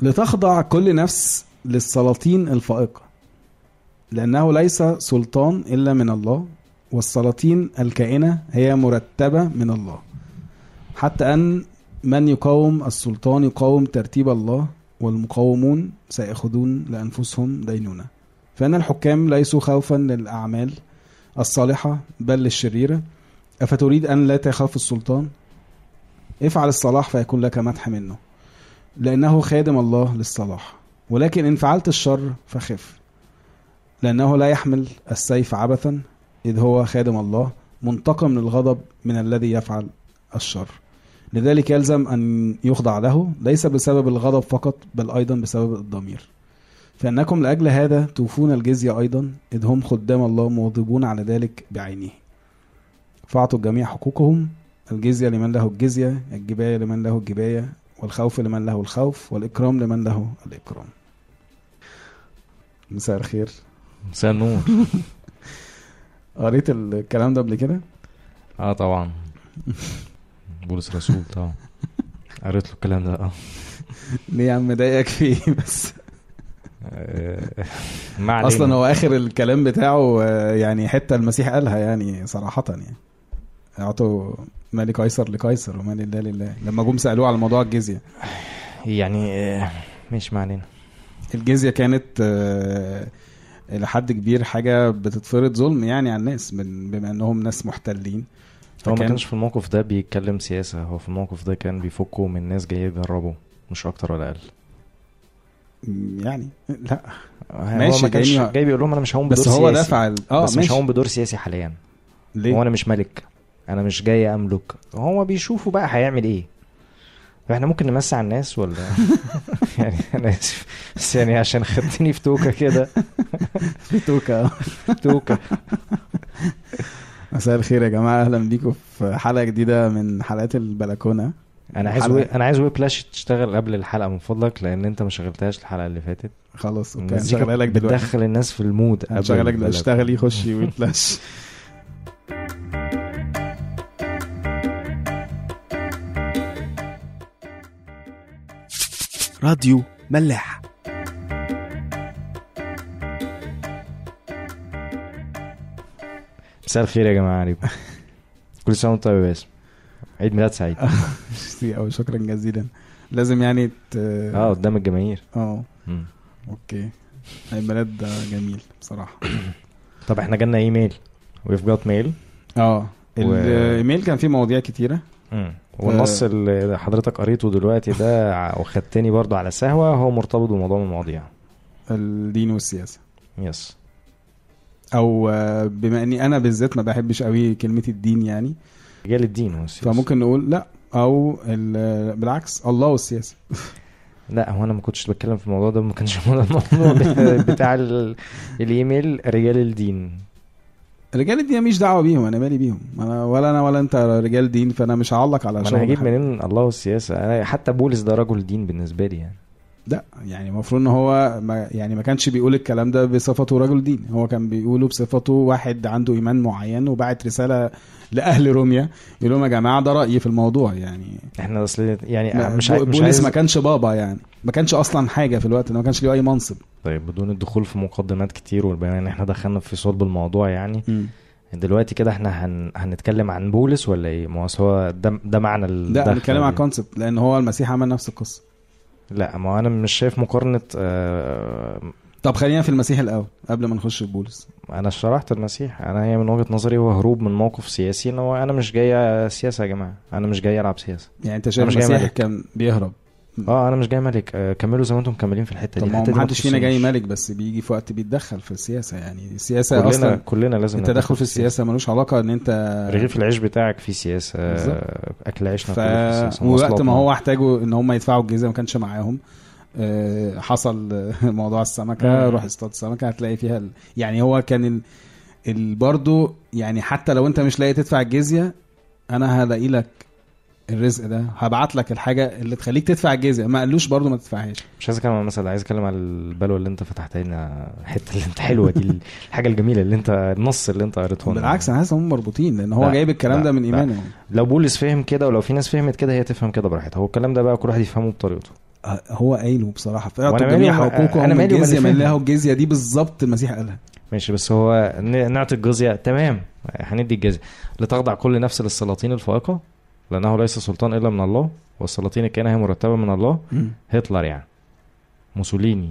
لتخضع كل نفس للسلاطين الفائقة، لأنه ليس سلطان إلا من الله، والسلاطين الكائنة هي مرتبة من الله، حتى أن من يقاوم السلطان يقاوم ترتيب الله، والمقاومون سيأخذون لأنفسهم دينونة. فإن الحكام ليسوا خوفا للأعمال الصالحة بل للشريرة. أفتريد أن لا تخاف السلطان؟ افعل الصلاح فيكون لك مدح منه، لأنه خادم الله للصلاح. ولكن إن فعلت الشر فخف، لأنه لا يحمل السيف عبثا، إذ هو خادم الله منتقم للغضب من الذي يفعل الشر. لذلك يلزم أن يخضع له، ليس بسبب الغضب فقط بل أيضا بسبب الضمير. فإنكم لأجل هذا توفون الجزية أيضا، إذ هم خدام الله مواظبون على ذلك بعينه. فاعطوا الجميع حقوقهم، الجزية لمن له الجزية، الجباية لمن له الجباية، والخوف لمن له الخوف، والإكرام لمن له الإكرام. مساء الخير. مساء النور. قريت الكلام ده قبل كده؟ طبعا. بولس رسول طبعا قريت له الكلام ده. ليه يا عم ضايقك فيه بس؟ ما اصلا هو اخر الكلام بتاعه يعني حتى المسيح قالها يعني صراحة، يعني اعطوا ما لقيصر لقيصر وما لله لله، لما جم سألوه على موضوع الجزية. يعني مش معنينا الجزية كانت لحد كبير حاجة بتتفرض ظلم يعني على الناس بما انهم ناس محتلين. هو ما كانش في الموقف ده بيتكلم سياسة، هو في الموقف ده كان بيفكوا من ناس جاي يجربوا، مش اكتر ولا اقل يعني. لا ماشي، هو ما كانش جاي بيقول لهم انا مش هقوم بدور سياسي، بس هو دفع بس مش هقوم بدور سياسي حاليا. ليه؟ هو انا مش ملك، انا مش جاي املك. هو بيشوفوا بقى هيعمل ايه. فاحنا ممكن نمسي على الناس ولا يعني انا اسف بس يعني عشان خدتني في توكه كده. في توكه. مساء الخير يا جماعه، اهلا بيكم في حلقه جديده من حلقات البلكونه. انا عايز ويبلاش تشتغل قبل الحلقه من فضلك، لان انت ما شغلتهاش الحلقه اللي فاتت. خلاص اوكي، هنشغلها لك دلوقتي، بتدخل الناس في المود. هنشغلك دلوقتي، اشتغلي خشي ويبلاش. راديو ملاح. مساء الخير يا جماعه عليكم. كل سنه وانتم طيبين، عيد ميلاد سعيد. او شكرا جزيلا. لازم يعني قدام الجماهير. اوكي، عيد ميلاد جميل بصراحه. طب احنا جالنا ايميل ويف جات ميل. الايميل كان فيه مواضيع كتيره. والنص اللي حضرتك قريته دلوقتي ده وخدتني برضو على سهوة، هو مرتبط بموضوع من المواضيع الدين والسياسة. يس. او بما اني انا بالذات ما بحبش قوي كلمة الدين، يعني رجال الدين والسياسة، فممكن نقول لا، او بالعكس الله والسياسة. لا هو انا ما كنتش بتكلم في الموضوع ده، ما كانش الموضوع بتاع الايميل رجال الدين. رجال الدين مش دعوه بيهم، انا مالي بيهم، انا ولا انت رجال دين، فانا مش هعلق على شغل. انا هجيب منين الله والسياسه؟ انا حتى بولس ده رجل دين بالنسبه لي يعني. لا يعني المفروض ان هو ما كانش بيقول الكلام ده بصفته رجل دين، هو كان بيقوله بصفته واحد عنده ايمان معين وبعت رساله لاهل روميا يقول لهم يا جماعه ده رايي في الموضوع. يعني احنا اصلا يعني مش بولس ما كانش بابا، يعني ما كانش اصلا حاجه في الوقت ده، ما كانش له اي منصب. طيب بدون الدخول في مقدمات كتير والبيان ان احنا دخلنا في صلب الموضوع يعني. دلوقتي كده احنا هنتكلم عن بولس ولا ايه؟ ما هو ده معنى لا هنتكلم عن كونسبت، لان هو المسيح عمل نفس القصه. لا ما انا مش شايف مقارنه. طب خلينا في المسيح الاول قبل ما نخش في بولس. انا شرحت المسيح، انا هي من وجهه نظري هو هروب من موقف سياسي. انا مش جاي سياسه يا جماعه، انا مش جاي العب سياسه. يعني انت شايف المسيح كان بيهرب؟ انا مش جاي ملك. كملوا زي ما انتم مكملين في الحته دي. ما حدش فينا جاي ملك، بس بيجي في وقت بيتدخل في السياسه. يعني السياسه اصلا كلنا لازم التدخل في السياسه ملوش علاقه ان انت رغيف العيش بتاعك في سياسه. اكل عيشنا كله في السياسه. ووقت ما هو احتاجوا ان هم يدفعوا الجزيه ما كانش معاهم. حصل موضوع السمكه، روح اصطاد السمكه هتلاقي فيها يعني هو كان برضو يعني حتى لو انت مش لاقي تدفع الجزيه، انا هلاقي لك الرزق ده، هبعت لك الحاجه اللي تخليك تدفع الجزيه. ما قالوش برضو ما تدفعهاش. مش عايز اتكلم عن مثلا، عايز اتكلم على البلوه اللي انت فتحتها لنا، الحته اللي انت حلوه دي، الحاجه الجميله اللي انت النص اللي انت قريته. بالعكس انا حاسس هم مربوطين، لان هو جايب الكلام ده من ايمانه. لو بولس فهم كده ولو في ناس فهمت كده هي تفهم كده براحتها. هو الكلام ده بقى كل واحد يفهمه بطريقته. هو قايله بصراحه فاعطوا وأنا جميع مالي- حقوقهم أنا مالي ومالي الجزيه من فاهم. له الجزيه دي بالظبط المسيح قالها. ماشي، بس هو نعطي الجزية تمام، هندي الجزية. لتخضع كل نفس للسلاطين الفائقة لأنه ليس سلطان إلا من الله والسلاطين الكائنة هي مرتبة من الله. هتلر يعني، موسوليني،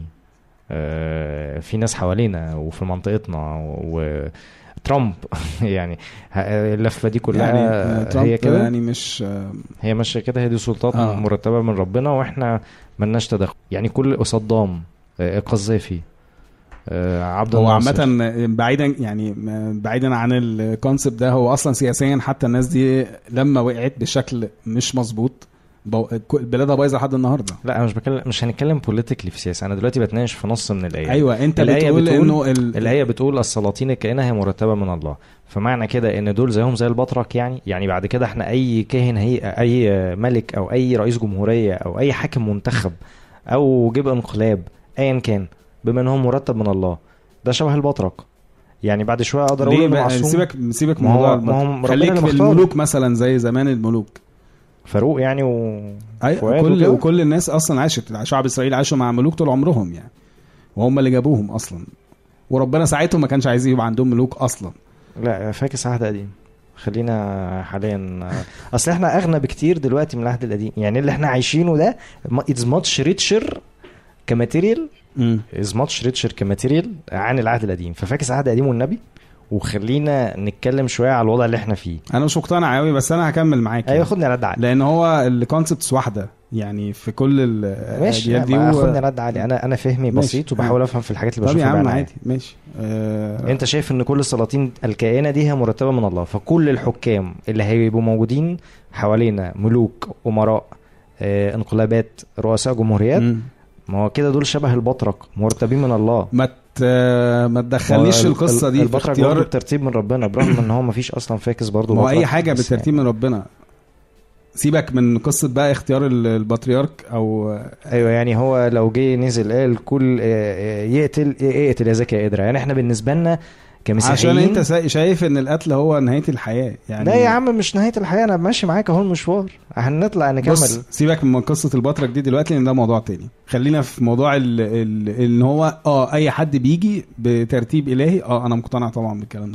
في ناس حوالينا وفي منطقتنا، وترامب يعني اللفة دي كلها يعني ترامب هي كده يعني مش هي ماشية كده، هي دي سلطات مرتبة من ربنا واحنا ملناش تدخل. يعني كل صدام، قذافي، عبد هو الناصر. عامة بعيدا عن الكونسبت ده، هو اصلا سياسيا حتى الناس دي لما وقعت بشكل مش مظبوط بلادها بايظه لحد النهارده. لا انا مش هنتكلم بوليتيكلي في سياسه، انا دلوقتي بتناقش في نص من الايه. ايوه انت الآية بتقول انه الايه بتقول السلاطين الكائنه هي مرتبه من الله، فمعنى كده ان دول زيهم زي البطرك. يعني بعد كده احنا اي كاهن، هي اي ملك او اي رئيس جمهوريه او اي حاكم منتخب او جيب انقلاب ايا كان، بما انه مرتب من الله، ده شبه البطرك. يعني بعد شويه اقدر اقول انه معصوم. سيبك من موضوع خليك في الملوك مثلا زي زمان الملوك فاروق يعني وكل الناس اصلا شعب اسرائيل عاشوا مع ملوك طول عمرهم يعني، وهم اللي جابوهم اصلا، وربنا ساعتهم ما كانش عايز يبقى عندهم ملوك اصلا. لا فاكس عهد قديم، خلينا حاليا اصل احنا اغنى بكتير دلوقتي من العهد القديم. يعني اللي احنا عايشينه ده it's much richer كماتيريال is much richer كماتيريال عن العهد القديم. ففاكس عهد قديم والنبي، وخلينا نتكلم شويه على الوضع اللي احنا فيه. انا مش مقتنع قوي بس انا هكمل معاك. ايوه خدني رد علي، لان هو الكونسبتس واحده يعني في كل الاجيال دي. خدني رد علي، انا فهمي بسيط وبحاول افهم في الحاجات اللي بشوفها بعيني. عادي ماشي. انت شايف ان كل السلاطين الكائنه دي هي مرتبه من الله، فكل الحكام اللي هيبقوا موجودين حوالينا، ملوك، امراء، انقلابات، رؤساء جمهوريات، ما هو كده دول شبه البطرك مرتبين من الله. ما تدخلنيش القصه دي في اختيار بالترتيب من ربنا، برغم ان هو ما فيش اصلا فاكس برضو. ما هو اي حاجه بالترتيب من ربنا. سيبك من قصه بقى اختيار البطريرك او ايوه. يعني هو لو جه نزل قال كل يقتل يا زكي يا قدره، يعني احنا بالنسبه لنا كمسيحيين، عشان انت شايف ان القتل هو نهايه الحياه يعني. لا يا عم مش نهايه الحياه، انا ماشي معاك اهو المشوار، هنطلع نكمل. سيبك من قصه البطرك دي دلوقتي لان ده موضوع تاني. خلينا في موضوع ان هو اي حد بيجي بترتيب الهي. انا مقتنع طبعا بالكلام ده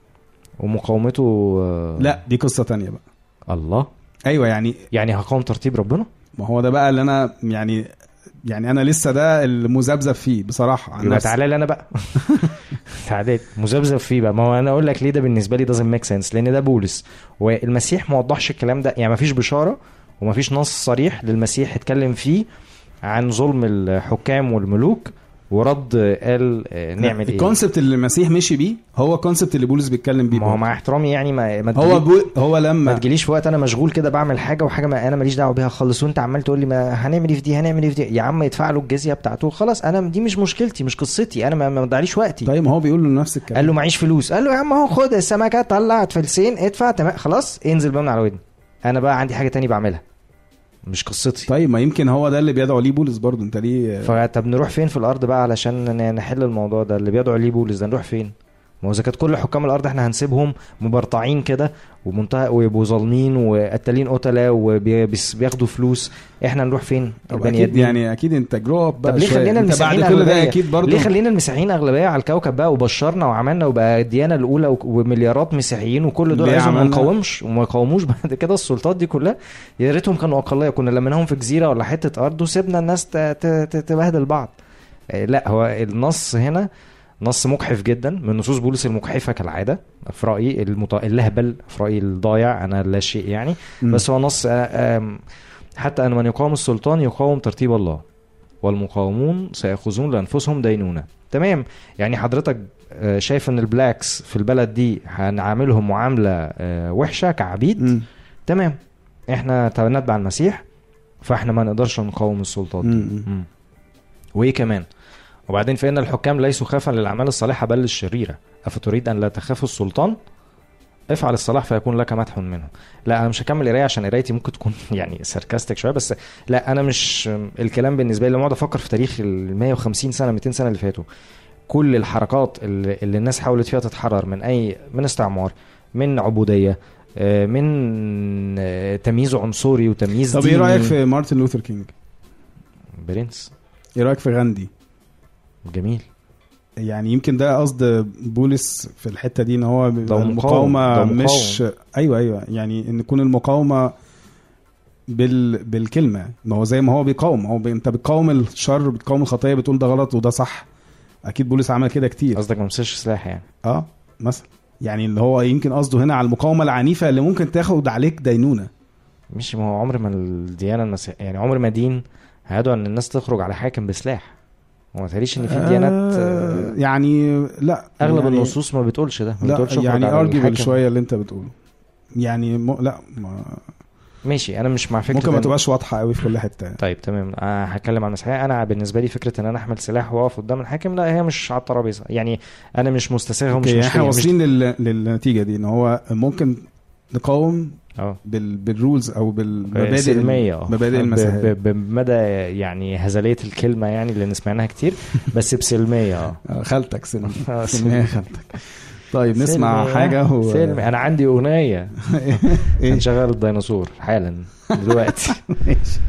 ومقاومته. لا دي قصه تانية بقى. الله. ايوه يعني هقاوم ترتيب ربنا. ما هو ده بقى اللي انا يعني انا لسه ده المذبذب فيه بصراحه عن نفسي. تعالى لي انا بقى تعالى مذبذب فيه بقى. ما هو انا اقول لك ليه ده بالنسبه لي doesn't make sense، لان ده بولس والمسيح ما وضحش الكلام ده. يعني ما فيش بشاره وما فيش نص صريح للمسيح اتكلم فيه عن ظلم الحكام والملوك ورد قال نعمل ايه. الكونسبت اللي المسيح مشي بيه هو الكونسبت اللي بولس بيتكلم بيه. ما هو مع احترامي يعني هو لما ما تجيليش في وقت انا مشغول كده بعمل حاجه وحاجه ما انا ماليش دعوه بيها خالص، وانت عمال تقول لي ما هنعمل ايه في دي يا عم يدفع له الجزيه بتاعته خلاص. انا دي مش مشكلتي، مش قصتي، انا ما ضيعليش وقتي. طيب ما هو بيقول له نفس الكلام. قال له معيش فلوس، قال له يا عم اهو خد السمكه طلعت فلسين ادفع تمام خلاص انزل بقى من على ودني، انا بقى عندي حاجه تاني بعملها مش قصتي. طيب ما يمكن هو ده اللي بيدعو ليه بولس برضو. انت ليه فطب نروح فين في الارض بقى علشان نحل الموضوع ده اللي بيدعو ليه بولس ده؟ نروح فين؟ ما هو اذا كانت كل حكام الارض احنا هنسيبهم مبرطعين كده ومنتهى ويبقوا ظالمين وقتالين قتله وبياخدوا فلوس، احنا نروح فين البني ادمين؟ يعني اكيد انت جرو اب بقى. طب ليه خلينا المسيحيين بعد كل ده اكيد برضو ليه خلينا المسيحيين اغلبيه على الكوكب بقى وبشرنا وعملنا وبقى الديانه الاولى ومليارات مسيحيين وكل دول عايزهم ما نقاومش وما يقاوموش بعد كده السلطات دي كلها؟ يا ريتهم كانوا اقليه، كنا لمناهم في جزيره ولا حته ارض وسيبنا الناس تبهدل بعض. لا هو النص هنا نص مجحف جدا من نصوص بولس المجحفه كالعاده في رايي، اللهبل في رايي الضايع، انا لا شيء يعني. بس هو نص حتى ان من يقاوم السلطان يقاوم ترتيب الله والمقاومون سيأخذون لانفسهم دينونه. تمام. يعني حضرتك شايف ان البلاكس في البلد دي هنعاملهم معامله وحشه كعبيد. تمام. احنا نتبع المسيح فاحنا ما نقدرش نقاوم السلطات. وايه كمان؟ وبعدين فإن الحكام ليسوا خافا للأعمال الصالحة بل للشريرة. أفتريد أن لا تخاف السلطان؟ افعل الصلاح فيكون لك مدح منه. لا أنا مش هكمل قراية عشان قرايتي ممكن تكون يعني ساركاستيك شوية، بس لا أنا مش الكلام بالنسبة لي لما أقعد أفكر في تاريخ 150 سنة 200 سنة اللي فاتوا، كل الحركات اللي الناس حاولت فيها تتحرر من استعمار، من عبودية، من تمييز عنصري وتمييز ديني. طب ايه رأيك في مارتن لوثر كينج؟ برنس. ايه رايك في غاندي؟ جميل. يعني يمكن ده قصد بولس في الحته دي، ان هو المقاومه مش ايوه يعني ان يكون المقاومه بالكلمه. ما هو زي ما هو بيقاوم، هو انت بتقاوم الشر، بتقاوم الخطيه، بتقول ده غلط وده صح. اكيد بولس عمل كده كتير. قصدك ما مسكش سلاح يعني؟ مثلا يعني اللي هو يمكن قصده هنا على المقاومه العنيفه اللي ممكن تاخد عليك دينونه. مش ما هو عمر ما الديانه المسيحيه يعني عمر ما دين هيدعو ان الناس تخرج على حاكم بسلاح. وما تقوليش ان في ديانات يعني لا، اغلب يعني النصوص ما بتقولش ده، ما بتقولش يعني ارجيبل شويه اللي انت بتقوله يعني لا ماشي. انا مش مع فكره ممكن ما تبقاش واضحه قوي في كل حته. طيب تمام. هتكلم عن المسيحيه. انا بالنسبه لي فكره ان انا احمل سلاح واقف قدام الحاكم، لا هي مش على الترابيزه. يعني انا مش مستساغ ومش مشكله. احنا واصلين للنتيجه دي ان هو ممكن نقاوم بالرولز او بالمبادئ مبادئ المسيحيه بمدى يعني هزليه الكلمه يعني اللي نسمعناها كتير، بس بسلميه. خالتك سلميه خالتك. طيب نسمع حاجه انا عندي اغنيه هنشغل الديناصور حالا دلوقتي. ماشي.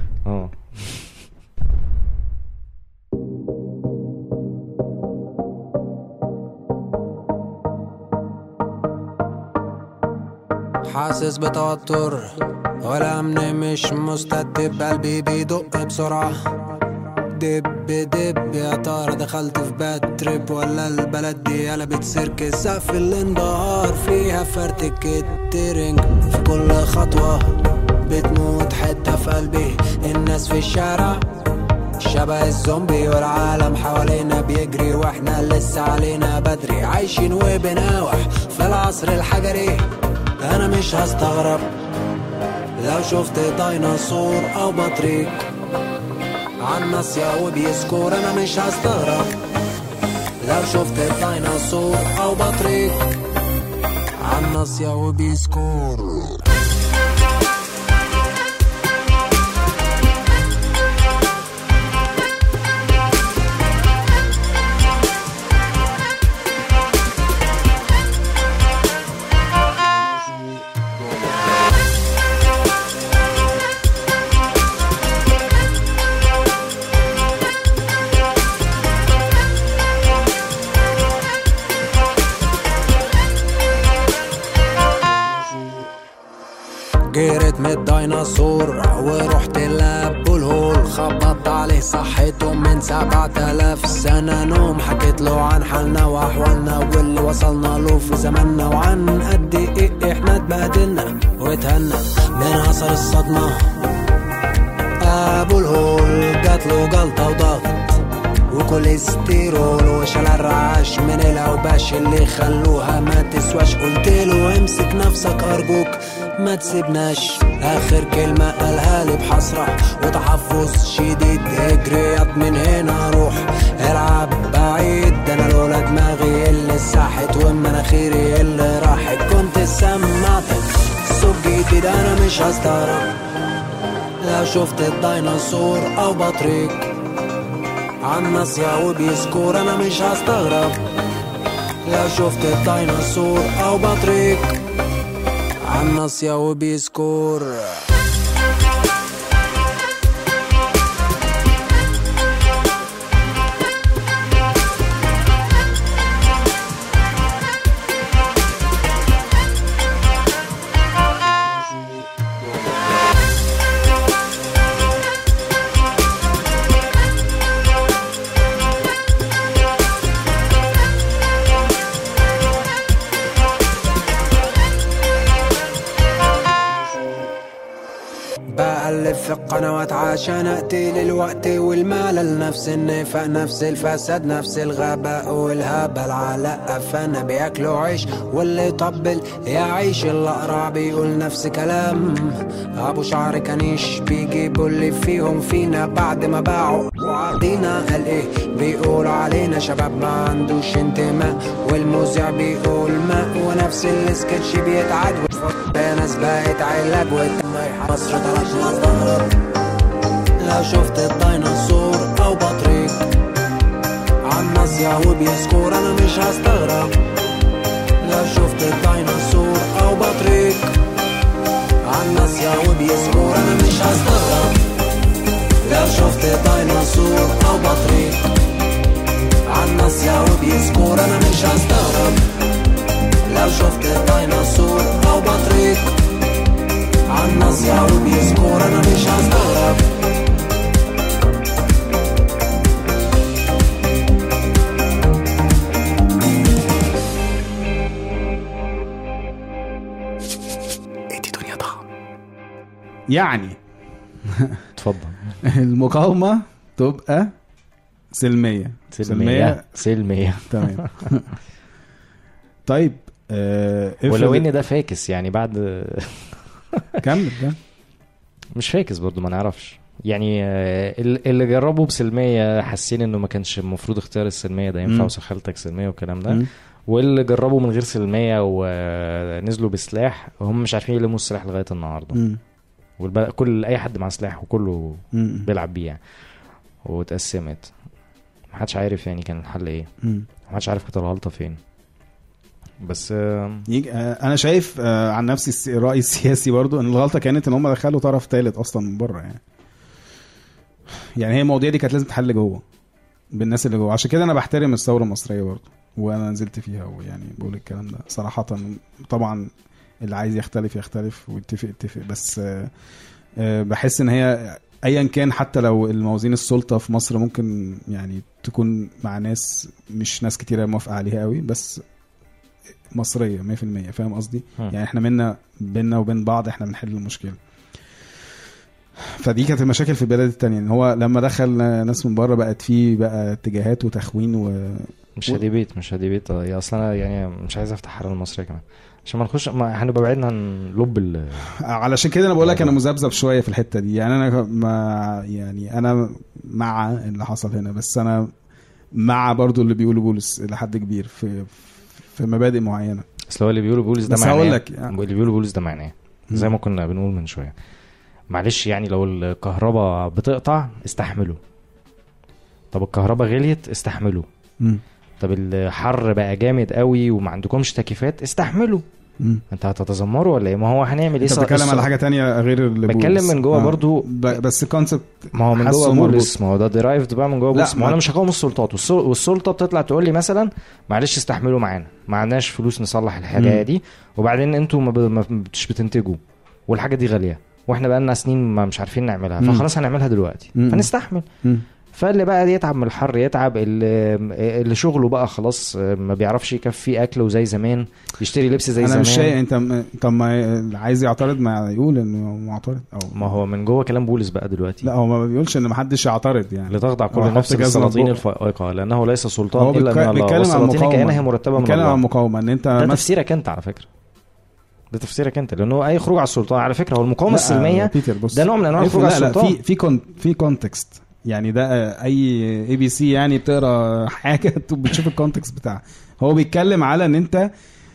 حاسس بتوتر والأمن مش مستتب، قلبي بيدق بسرعة دب دب. يا ترى دخلت في باد تريب ولا البلد دي قلبت سيرك؟ سقف الانبهار فيها فرتك الترنج في كل خطوة بتموت حتة في قلبي. الناس في الشارع شبه الزومبي والعالم حوالينا بيجري واحنا لسه علينا بدري، عايشين وبناوح في العصر الحجري. انا مش هستغرب لو شفت ديناصور او بطريق عالناصية وبيسكور. انا مش هستغرب لو شفت ديناصور او بطريق عالناصية وبيسكور. جريت من الديناصور ورحت لابو الهول، خبطت عليه صحته من 7000 سنة نوم. حكيت له عن حالنا واحوالنا واللي وصلنا له في زماننا، وعن قد ايه احنا اتبهدلنا واتهنا من اثر الصدمة. ابو الهول جات له جلطة وضغط وكوليسترول وشال الرعاش من الاوباش اللي خلوها ما تسواش. قلتله امسك نفسك ارجوك ما تسيبناش. اخر كلمة قالها لي بحسرة وتحفظ شديد، اجري ياض من هنا روح العب بعيد. ده انا لولا دماغي اللي ساحت ومناخيري اللي راحت كنت سمعتك صوت جديد. انا مش هستغرب لو شفت الديناصور او بطريق عالناصية وبيسكور. انا مش هستغرب لو شفت الديناصور او بطريق عالناصية وبيسكور. بألف في القنوات عشان اقتل الوقت والملل، نفس النفاق نفس الفساد نفس الغباء والهبل. على قفانا بياكلوا عيش واللي طبل يعيش. الأقرع بيقول نفس كلام ابو شعر كنيش، بيجيبوا اللي فيهم فينا بعد ما باعوا وعطينا. قال ايه بيقول علينا شباب ما عندوش انتماء، والمذيع بيقول ماء ونفس السكتش بيتعاد. ناس بقت علاج مصر طلعت مستغرب لو شفت الديناصور او بطريق عالناصية وبيسكور. انا مش هستغرب لو شفت الديناصور او بطريق عالناصية وبيسكور. انا مش هستغرب لو شفت ديناصور او بطريق عالناصية وبيسكور انا مش هستغرب. لو شفت ديناصور او بطريق عالناصية وبيسكور انا مش هستغرب. يعني اتفضل. المقاومة تبقى سلمية. تمام. طيب ولو ان ده فاكس يعني بعد كمل ده مش فاكس برضو ما نعرفش يعني. اللي جربوا بسلمية حاسين انه ما كانش المفروض اختيار السلمية ده ينفع وسخالتك سلمية والكلام ده. واللي جربوا من غير سلمية ونزلوا بسلاح هم مش عارفين يلموا السلاح لغاية النهاردة. كل اي حد مع سلاح وكله بيلعب بيه يعني. واتقسمت محدش عارف يعني كان الحل ايه. محدش عارف كانت الغلطة فين. بس انا شايف عن نفسي الرأي السياسي برضو ان الغلطة كانت ان هم دخلوا طرف ثالث اصلا من بره يعني هي المواضيع دي كانت لازم تحل جوه بالناس اللي جوه. عشان كده انا بحترم الثورة المصرية برضو وانا نزلت فيها ويعني بقول الكلام ده صراحة. طبعا اللي عايز يختلف ويتفق بس بحس ان هي ايا كان حتى لو الموازين السلطة في مصر ممكن يعني تكون مع ناس مش ناس كتيرة موافقة عليها قوي بس مصرية 100%. فاهم قصدي؟ يعني احنا بيننا وبين بعض احنا بنحل المشكلة. فدي كانت المشاكل في البلاد التانية ان هو لما دخل ناس من بره بقت فيه بقى اتجاهات وتخوين مش هديبيت يا اصلا يعني مش عايز افتح حرة المصرية كمان عشان ما نخش هنبقى بعيدنا عن لب علشان كده انا بقول لك انا مذبذب شويه في الحته دي. يعني انا مع اللي حصل هنا بس انا مع برضو اللي بيقولوا بولس لحد كبير في مبادئ معينه. اصل هو اللي بيقولوا بولس ده معناه اللي بيقولوا بولس ده معناه زي ما كنا بنقول من شويه معلش يعني لو الكهرباء بتقطع استحملوا. طب الكهرباء غليت استحملوا. طب الحر بقى جامد قوي وما عندكمش تكييفات استحملوا. انت هتتذمروا ولا ايه؟ ما هو هنعمل ايه؟ انت بتتكلم على حاجه تانية غير اللي بتكلم من جوه برضو بس الكونسبت ما هو من جوه بولس. ما هو ده ديرايفد بقى من جوه بولس. ما انا مش هقاوم السلطات والسلطه بتطلع تقول لي مثلا معلش استحملوا معانا معناش فلوس نصلح الحاجه دي وبعدين انتوا ما بتنتجوا والحاجه دي غاليه واحنا بقى لنا سنين ما مش عارفين نعملها فخلاص هنعملها دلوقتي فنستحمل. فاللي بقى يتعب من الحر يتعب اللي شغله بقى خلاص ما بيعرفش يكفي اكله وزي زمان يشتري لبس زي زمان. انا مش شايف انت ما عايز يعترض ما يقول انه معترض او ما هو من جوه كلام بولس بقى دلوقتي. لا هو ما بيقولش ان ما حدش يعترض يعني لتخضع كل نفس للسلاطين الفائقه لانه ليس سلطان الا من الله والسلاطين كانها مرتبه من الله. كلام عن المقاومه ان انت ده تفسيرك انت على فكره. ده تفسيرك انت لانه اي خروج على السلطان على فكره هو المقاومه السلميه ده نوع من انواع الخروج على السلطان. في كونتكست يعني ده اي بي سي يعني بتقرا حاجه بتشوف الكونتكست بتاعها. هو بيتكلم على ان انت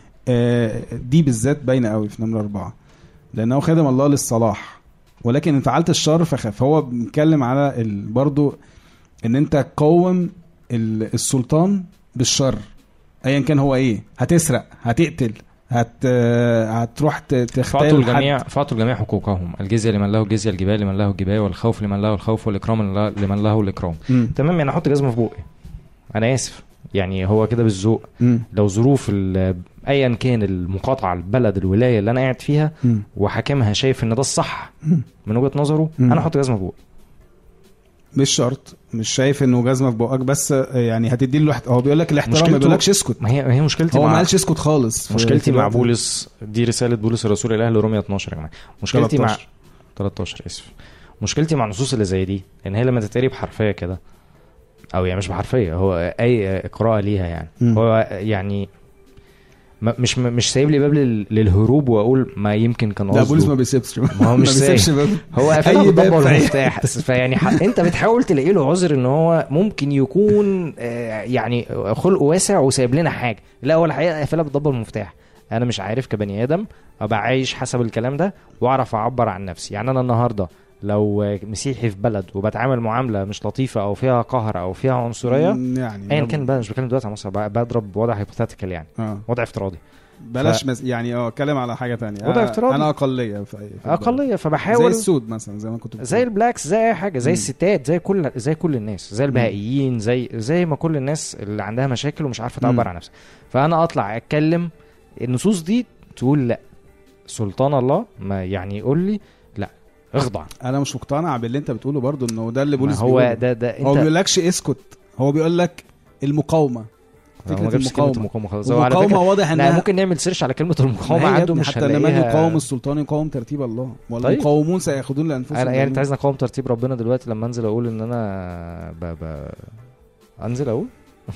دي بالذات باينه قوي في نمره 4 لانه خدم الله للصلاح ولكن ان فعلت الشر فخاف. هو بيتكلم على برضو ان انت قوم السلطان بالشر ايا كان هو ايه. هتسرق هتقتل هتروح تختال. فاعطوا الجميع حقوقهم. الجزية لمن له الجزية الجباية لمن له الجباية والخوف لمن له الخوف والإكرام لمن له الإكرام. تمام يعني احط جزمة في بوقي انا اسف يعني هو كده بالذوق. لو ظروف ايا كان المقاطعة البلد الولاية اللي انا قاعد فيها وحاكمها شايف ان ده الصح من وجهة نظره انا احط جزمة في بوقي. مش شرط مش شايف انه جزمه في بقك بس يعني هتدي له هو بيقول لك الاحترام ما بيقولكش اسكت. ما هي مشكلتي هو ما قالش اسكت خالص. مشكلتي مع بولس دي رساله بولس الرسول الى اهل رومية 12 يا جماعه. مشكلتي 13. مع 13 اسف. مشكلتي مع النصوص اللي زي دي ان هي لما تتقري بحرفيه كده او يعني مش بحرفيه هو اي قراءه ليها يعني هو يعني مش سايب لي باب للهروب واقول ما يمكن كان قصده. لا بوليس ما بيسيبش. ما هو مش سايب هو قافل بالضبط المفتاح فيعني انت بتحاول تلاقي له عذر ان هو ممكن يكون يعني خلق واسع وسايب لنا حاجه. لا هو الحقيقه قافلها بالضبط المفتاح. انا مش عارف كبني ادم ابقى عايش حسب الكلام ده واعرف اعبر عن نفسي. يعني انا النهارده لو مسيحي في بلد وبتعامل معامله مش لطيفه او فيها قهر او فيها عنصريه يعني ايا كان بقى مش بتكلم دلوقتي عن مصر بضرب وضع هايبوثيتيكال يعني وضع افتراضي بلاش يعني اتكلم على حاجه تانية. انا اقليه اقليه، فبحاول زي السود مثلا، زي ما كنت زي البلاكس، زي اي حاجه، زي الستات، زي كل الناس، زي البهائيين، زي ما كل الناس اللي عندها مشاكل ومش عارفه تعبر عن نفسها. فانا اطلع اتكلم النصوص دي تقول لا سلطان الله، ما يعني يقول لي لا اخضع. انا مش مقتنع باللي انت بتقوله برضو، انه ده اللي بولس هو بيقوله. ده انت هو بيقولكش اسكت، هو بيقول لك المقاومه، فكره المقاومه واضح ان ممكن نعمل سيرش على كلمه المقاومه عنده، مش حتى لما يقاوم السلطان يقاوم ترتيب الله، والمقاومون سيأخذون لانفسهم. يعني انت عايزني اقاوم ترتيب ربنا دلوقتي لما انزل اقول ان انا انزل اقول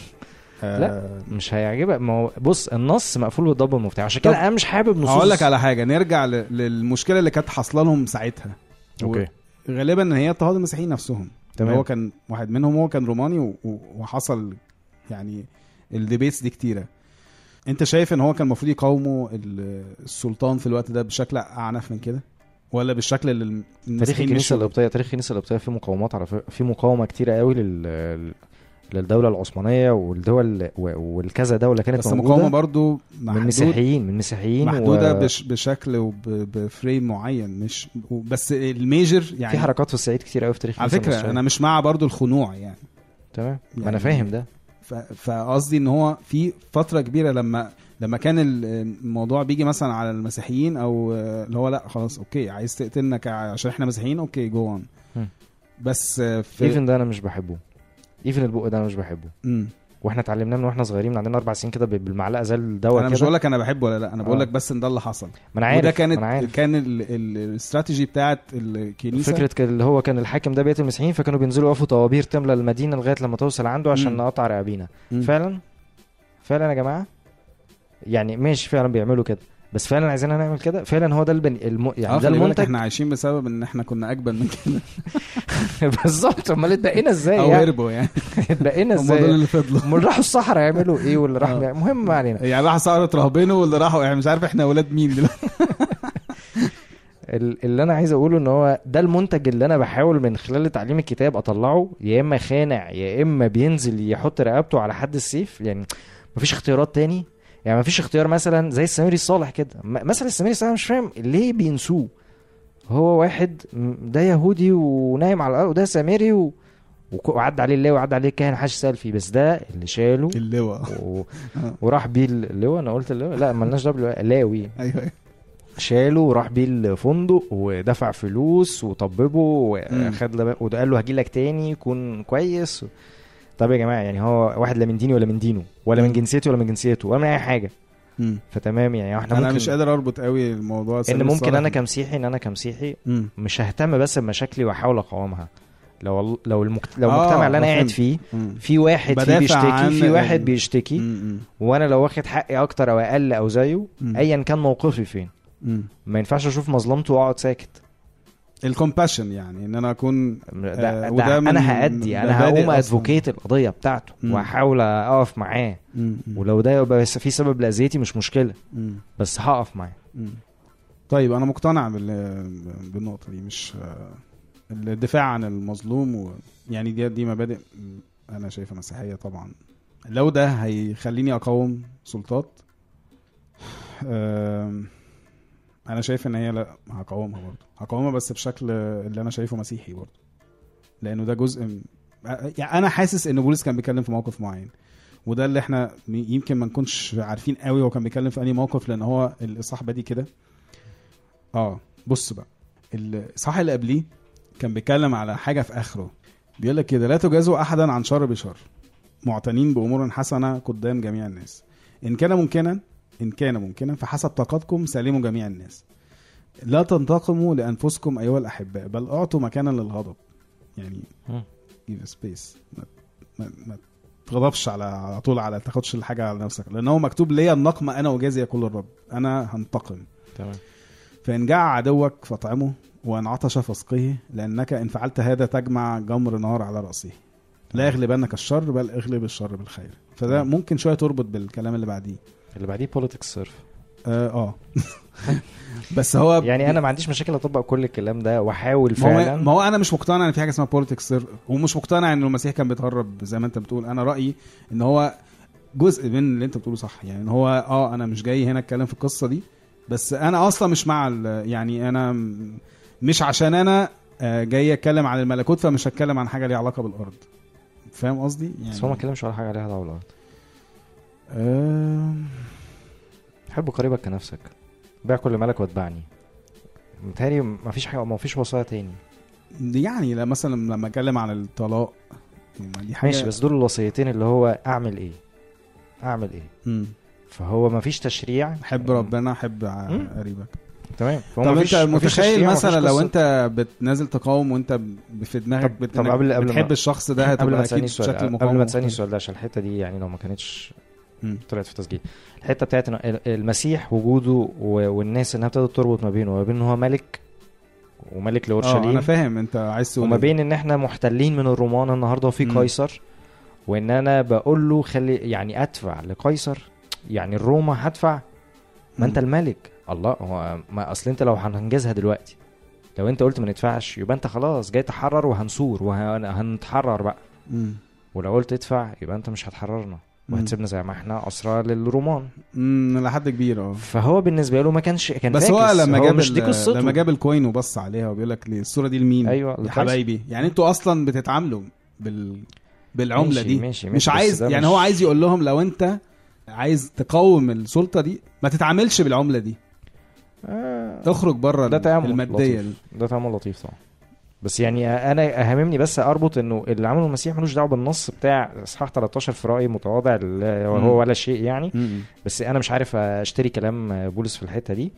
لا مش هيعجبك. ما هو بص النص مقفول بالضبط المفتاح، عشان كده انا مش حابب نصوص. هقول لك على حاجه، نرجع للمشكله اللي كانت حاصله لهم ساعتها. اوكي. غالبا ان هي اضطهاد المسيحيين نفسهم. تمام. هو كان واحد منهم، هو كان روماني وحصل يعني الديبيتس دي كتيره. انت شايف ان هو كان المفروض يقاوموا السلطان في الوقت ده بشكل اعنف من كده، ولا بالشكل اللي تاريخ الكنيسه القبطيه في مقاومات، على في مقاومه كتيره قوي للدولة العثمانية والدول والكذا دولة كانت موجودة، بس مقاومة برضو من مسيحيين محدودة بشكل وبفريم معين، مش بس الميجر يعني. في حركات في الصعيد كتير قوي في تاريخ على فكرة أنا مش مع برضو الخنوع يعني. تمام يعني أنا فاهم ده. فقصدي إن هو في فترة كبيرة لما كان الموضوع بيجي مثلا على المسيحيين، أو اللي هو لا خلاص أوكي عايز تقتلنا عشان إحنا مسيحيين، أوكي جو اون. بس إيفن ده أنا مش بحبه، ايفن البق ده انا مش بحبه. واحنا اتعلمناه من واحنا صغيرين، من عندنا 4 سنين كده بالمعلقه زي الدواء كده. انا مش بقول لك انا بحبه ولا لا، انا بقول لك بس ان ده اللي حصل. ما انا عارف، وده كان الاستراتيجي بتاعه الكنيسه. فكره اللي هو كان الحاكم ده بيت المسيحيين، فكانوا بينزلوا يقفوا طوابير تملى المدينه لغايه لما توصل عنده عشان نقطع رقابينا. فعلا يا جماعه، يعني ماشي فعلا بيعملوا كده، بس فعلا عايزين نعمل كده فعلا. هو ده يعني ده المنتج. احنا عايشين بسبب ان احنا كنا اجبن من كده. بالظبط. امال اتبقينا ازاي او هربوا يعني. اتبقينا ازاي؟ هم اللي فضلوا راحوا الصحراء يعملوا ايه، واللي راح مهم ما علينا. يعني راحوا صحراء رهبنوا، واللي راحوا يعني مش عارف احنا اولاد مين دلوقتي. اللي انا عايز اقوله ان هو ده المنتج اللي انا بحاول من خلال تعليم الكتاب اطلعه، يا اما خانع يا اما بينزل يحط رقبته على حد السيف. يعني مفيش اختيارات تاني. يعني مفيش اختيار مثلا زي السامري الصالح كده. مثلا السامري الصالح مش فاهم ليه بينسوه. هو واحد ده يهودي ونايم على الارض، وده سامري وعدى عليه اللواء وعدى عليه الكاهن حاج سال فيه، بس ده اللي شاله اللواء وراح بيه اللواء. انا قلت اللواء لا مالناش دبل لاوي. ايوه شاله وراح بيه الفندق ودفع فلوس وطببه وخد وده قال له هجيلك تاني يكون كويس. طب يا جماعه يعني هو واحد لا من ديني ولا من دينه ولا من جنسيته ولا من جنسيته ولا من اي حاجه. فتمام يعني احنا انا مش قادر اربط قوي الموضوع ان ممكن انا كمسيحي مش ههتم بس بمشاكلي واحاول اقاومها. لو المجتمع اللي انا قاعد فيه في واحد فيه بيشتكي، في واحد بيشتكي، وانا لو واخد حقي اكتر او اقل او زيه ايا كان موقفي فين، ما ينفعش اشوف مظلمته واقعد ساكت. الكومباشن يعني ان انا اكون انا هادي، انا هقوم ادفوكيت القضيه بتاعته واحاول اقف معاه، ولو ده يبقى في سبب لاذيتي مش مشكله، بس هقف معاه. طيب انا مقتنع بالنقطه دي، مش الدفاع عن المظلوم يعني دي مبادئ انا شايفها مسيحيه طبعا. لو ده هيخليني اقاوم سلطات، انا شايف ان هي لا هقاومها برضه، هقاومها بس بشكل اللي انا شايفه مسيحي برضه، لانه ده جزء يعني انا حاسس ان بولس كان بيتكلم في موقف معين، وده اللي احنا يمكن ما نكونش عارفين قوي هو كان بيتكلم في انهي موقف، لان هو الاصحاح بدي كده. بص بقى الاصحاح اللي قبليه كان بيتكلم على حاجه في اخره، بيقول لك كده: لا تجازوا احدا عن شر بشر، معتنين بامور حسنه قدام جميع الناس، ان كان ممكنا فحسب طاقتكم سالموا جميع الناس، لا تنتقموا لأنفسكم أيها الأحباء، بل أعطوا مكانا للغضب. يعني give space، ما تغضبش على طول، على تاخدش الحاجة على نفسك، لأنه مكتوب لي النقمة أنا وجازي يقول الرب، أنا هنتقم. تمام. فإن جاع عدوك فاطعمه، وإن عطش فاسقه، لأنك إن فعلت هذا تجمع جمر نار على رأسه، لا يغلبنك الشر بل اغلب الشر بالخير. فده ممكن شوية تربط بالكلام اللي بعديه politics surf. بس هو يعني انا ما عنديش مشاكل اطبق كل الكلام ده واحاول فعلا. ما هو انا مش مقتنع ان في حاجه اسمها politics surf، ومش مقتنع ان المسيح كان بيتهرب زي ما انت بتقول. انا رايي ان هو جزء من اللي انت بتقوله صح. يعني هو انا مش جاي هنا اتكلم في القصه دي، بس انا اصلا مش مع يعني انا مش عشان انا جاي اتكلم عن الملكوت فمش هتكلم عن حاجه ليها علاقه بالارض. فاهم قصدي؟ يعني بس هو ما اتكلمش على حاجه ليها علاقه بالارض. حب قريبك كنفسك، بيع كل ملك واتبعني. متهيألي ما فيش حاجه، ما فيش وصايا تاني. يعني لا مثلا لما اتكلم عن الطلاق دي حاجه ماشي، بس دول الوصيتين اللي هو اعمل ايه اعمل ايه. فهو ما فيش تشريع. حب ربنا، حب قريبك. تمام. طب انت متخيل مثلا لو انت بتنازل تقاوم وانت في دماغك بتحب الشخص ده، هتبقى اكيد بشكل مقاوم. قبل ما تسالني السؤال ده عشان الحته دي يعني لو ما كانتش طلعت في تسجيل، الحته بتاعت المسيح وجوده والناس انها ابتدت تربط ما بينه وما بين ان هو ملك وملك لأورشليم. انا فاهم انت عايز تقول، وما بين ان احنا محتلين من الرومان النهارده وفي قيصر، وان انا بقول له خلي يعني ادفع لقيصر، يعني الروما هدفع. ما انت الملك الله. هو ما اصل انت لو هننجزها دلوقتي، لو انت قلت ما ندفعش يبقى انت خلاص جاي تحرر وهنصور وهنتحرر بقى. ولو قلت ادفع يبقى انت مش هتحررنا وهتسيبنا زي ما احنا اسرى للرومان لحد كبير. فهو بالنسبه له ما كانش كان بس هو لما جاب الكوين وبص عليها وبيقول لك لي الصوره دي لمين؟ ايوه يا حبايبي، يعني انتوا اصلا بتتعاملوا بالعمله دي. ماشي مش عايز يعني هو عايز يقول لهم لو انت عايز تقاوم السلطه دي ما تتعاملش بالعمله دي. تخرج بره الماديه دي. ده تعامل لطيف طبعا. بس يعني انا اهمني بس اربط انه اللي عمله المسيح ملوش دعوه بالنص بتاع اصحاح 13 في رايي متواضع وهو ولا شيء يعني. بس انا مش عارف اشتري كلام بولس في الحته دي.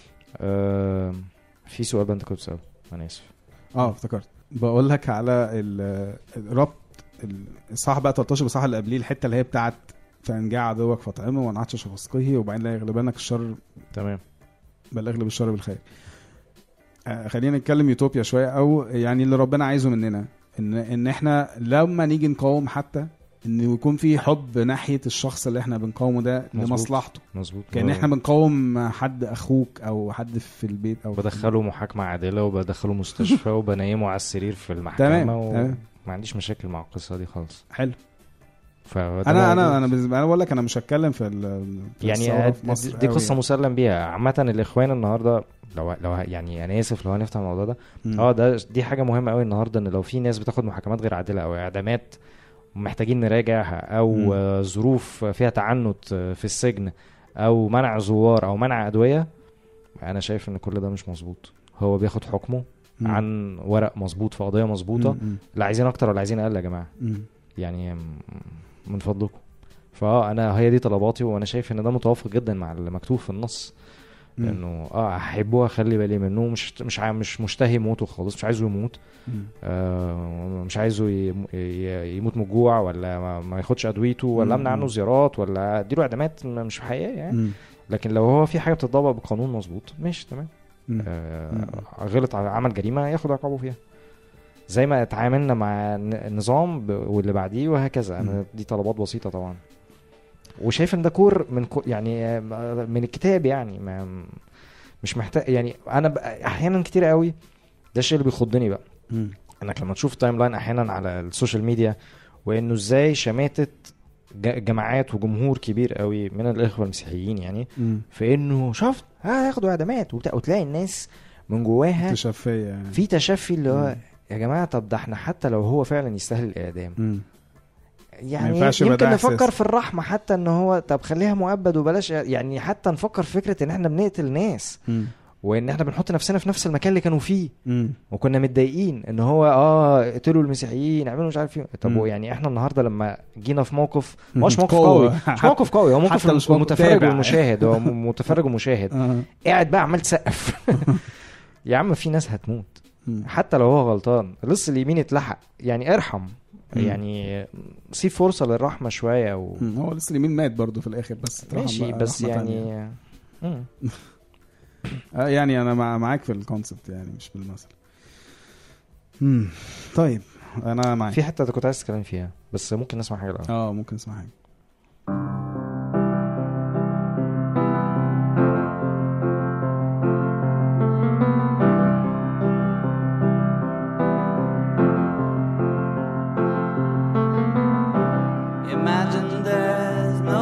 في سؤال بقى انت كنت بتساله، انا اسف. افتكرت بقول لك على الربط الصح بقى 13 بصح اللي قبليه، الحته اللي هي بتاعت فان جاء عدوك فاطعمه وان عطش فاسقيه وبعدين لا يغلبنك الشر. تمام. بل اغلب الشر بالخير. خلينا نتكلم يوتوبيا شويه، او يعني اللي ربنا عايزه مننا ان احنا لما نيجي نقاوم حتى ان يكون في حب ناحيه الشخص اللي احنا بنقاومه ده لمصلحته. مظبوط. كأن احنا بنقاوم حد اخوك او حد في البيت، او بدخله محاكمه عادله وبدخله مستشفى وبنيمه على السرير في المحكمه. تمام. ما عنديش مشاكل مع القصه دي خالص. حلو. انا بقول لك انا مش هتكلم في يعني دي قصه مسلم بيها عامه. الاخوان النهارده لو يعني انا اسف لو هنفتح الموضوع ده دي حاجه مهمه قوي النهارده، ان لو في ناس بتاخد محاكمات غير عادله او اعدامات محتاجين نراجعها، او ظروف فيها تعنت في السجن او منع زوار او منع ادويه، انا شايف ان كل ده مش مظبوط. هو بياخد حكمه عن ورق مظبوط في قضيه مظبوطه. لا عايزين اكتر ولا عايزين اقل يا جماعه؟ يعني من فضلكم. فانا هي دي طلباتي، وانا شايف ان ده متوافق جدا مع اللي مكتوب في النص، انه احبه اخلي بالي منه، مش مشتهي موته خالص، مش عايزه يموت. مش عايزه يموت من الجوع، ولا ما ياخدش ادويته، ولا امنع عنه زيارات، ولا اديله اعدامات مش حقيقيه يعني. لكن لو هو في حاجه بتطبق بقانون مظبوط ماشي تمام. غلط على عمل جريمه ياخد عقابه فيها زي ما اتعاملنا مع النظام واللي بعديه وهكذا. انا دي طلبات بسيطه طبعا، وشايف ان ده كور يعني من الكتاب يعني. مش محتاج يعني. انا احيانا كتير قوي ده الشيء اللي بيخضني بقى، انك لما تشوف تايم لاين احيانا على السوشيال ميديا، وانه ازاي شماتت جماعات وجمهور كبير قوي من الاخوه المسيحيين يعني في انه شفت هياخدوا اعدامات وتلاقي الناس من جواها تشفيه يعني. في تشفي اللي هو يا جماعه طب ده احنا حتى لو هو فعلا يستاهل الاعدام يعني يمكن نفكر في الرحمه حتى، ان هو طب خليها مؤبد وبلاش يعني، حتى نفكر في فكره ان احنا بنقتل ناس وان احنا بنحط نفسنا في نفس المكان اللي كانوا فيه وكنا متضايقين ان هو قتلوا المسيحيين عملوا مش عارف ايه. طب يعني احنا النهارده لما جينا في موقف مش موقف قوي، مش موقف قوي، هو موقف المتفرج والمشاهد، هو متفرج ومشاهد قاعد بقى عمال تسقف يا عم في ناس هتموت حتى لو هو غلطان، لص اليمين اتلحق يعني، ارحم يعني، سيب فرصه للرحمه شويه هو لسه اليمين مات برضو في الاخر بس ماشي بس يعني يعني انا معاك في الكونسبت يعني مش بالمثل. طيب انا معاك في حته كنت عايز اتكلم فيها بس ممكن نسمع حاجه الاول. ممكن نسمع حاجه. Imagine there's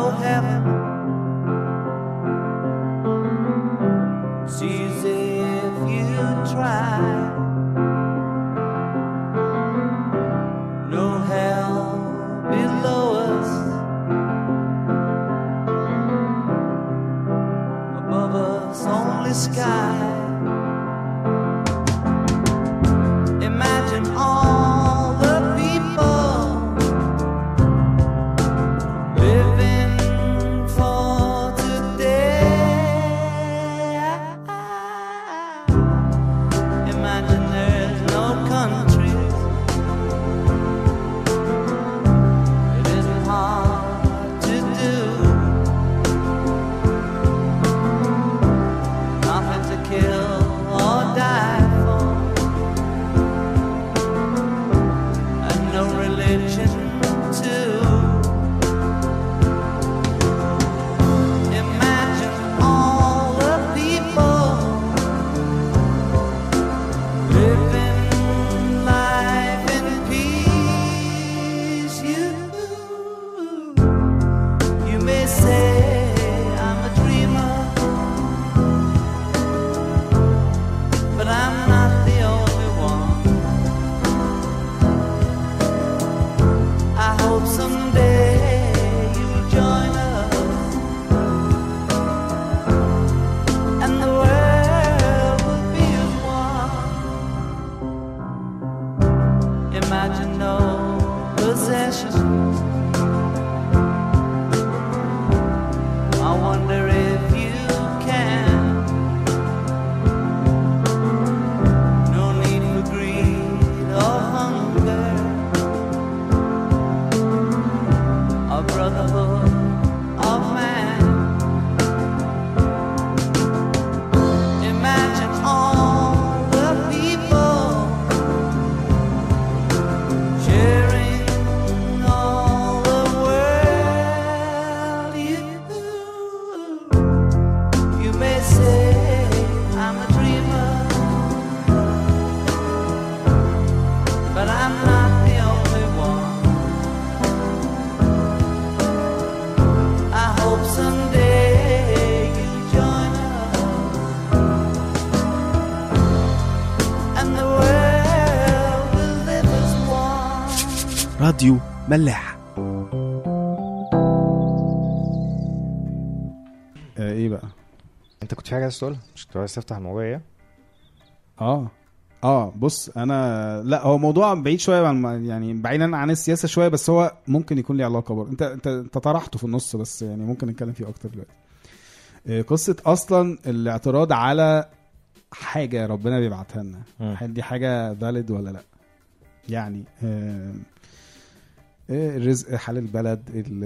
hope someday you'll join us and the world will be as one. Imagine no possessions. I wonder if you can. No need for greed or hunger, a brotherhood of man. Imagine all the people sharing all the world. You may say I'm a dreamer, but I'm not the only one. I hope someday you'll join us and the world will live as one. راديو ملاح. ايه بقى؟ انت كنت في حاجه عايز تقولها؟ مش كنت عايز تفتح الموضوع ايه؟ بص انا لا هو موضوع بعيد شويه يعني بعيدا عن السياسه شويه، بس هو ممكن يكون له علاقه برضه. انت طرحته في النص، بس يعني ممكن نتكلم فيه اكتر دلوقتي. قصه اصلا الاعتراض على حاجه ربنا بيبعتها لنا، هل دي حاجه فاليد ولا لا؟ يعني الرزق، حال البلد،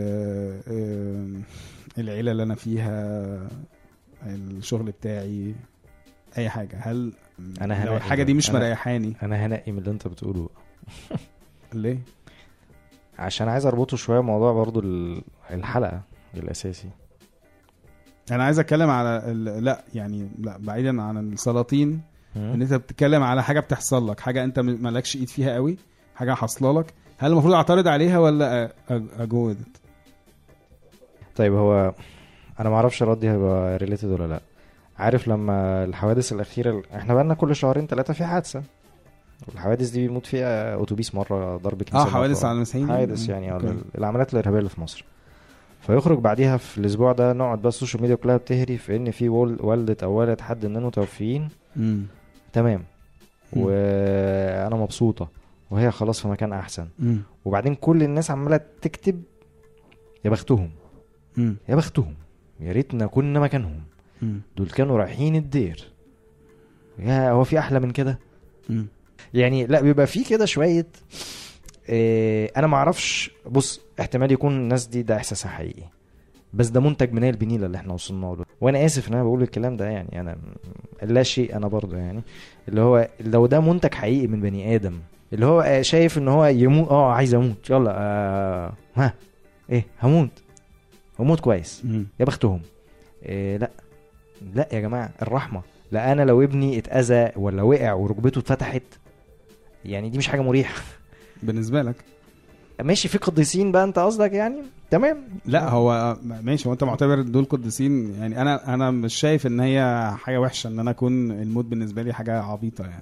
العيله اللي انا فيها، الشغل بتاعي، اي حاجه. هل انا لو الحاجه دي مش مريحاني انا هنقي من اللي انت بتقوله. ليه؟ عشان عايز اربطه شويه موضوع برضو الحلقه الاساسي. انا عايز اتكلم على لا بعيدا عن السلاطين، ان انت بتتكلم على حاجه بتحصل لك، حاجه انت مالكش ايد فيها قوي، حاجه حاصله لك، هل المفروض اعترض عليها ولا اجود؟ طيب هو انا ما اعرفش ردي هيبقى ريليتد ولا لا. عارف لما الحوادث الاخيره احنا بقالنا كل شهرين 3 في حادثه، والحوادث دي بيموت فيها اتوبيس مره، ضرب كنيسه، حوادث على المسيحيين، حوادث يعني العمليات الارهابيه اللي في مصر. فيخرج بعديها في الاسبوع ده نقعد بس السوشيال ميديا كلها بتهري في ان في والده او والد حد مننا متوفيين. تمام، وانا مبسوطه وهي خلاص في مكان احسن. وبعدين كل الناس عماله تكتب يا بختهم، يا بختهم، يا ريتنا كنا مكانهم، دول كانوا رايحين الدير، يا هو في احلى من كده؟ يعني لا، بيبقى في كده شويه. انا ما اعرفش، بص احتمال يكون الناس دي ده احساسها حقيقي، بس ده منتج من البنيله اللي احنا وصلنا له. وانا اسف ان انا بقول الكلام ده، يعني انا لا شيء، انا برضه يعني اللي هو لو ده منتج حقيقي من بني ادم اللي هو شايف ان هو يموت، عايز اموت، يلا ها ايه، هموت كويس، يا بختهم. لا يا جماعه، الرحمه. لا انا لو ابني اتاذى ولا وقع وركبته اتفتحت، يعني دي مش حاجه مريحه بالنسبه لك. ماشي، في قديسين بقى انت قصدك يعني، تمام. لا هو ماشي، هو انت معتبر دول قديسين يعني. انا مش شايف ان هي حاجه وحشه ان انا اكون الموت بالنسبه لي حاجه عبيطه يعني.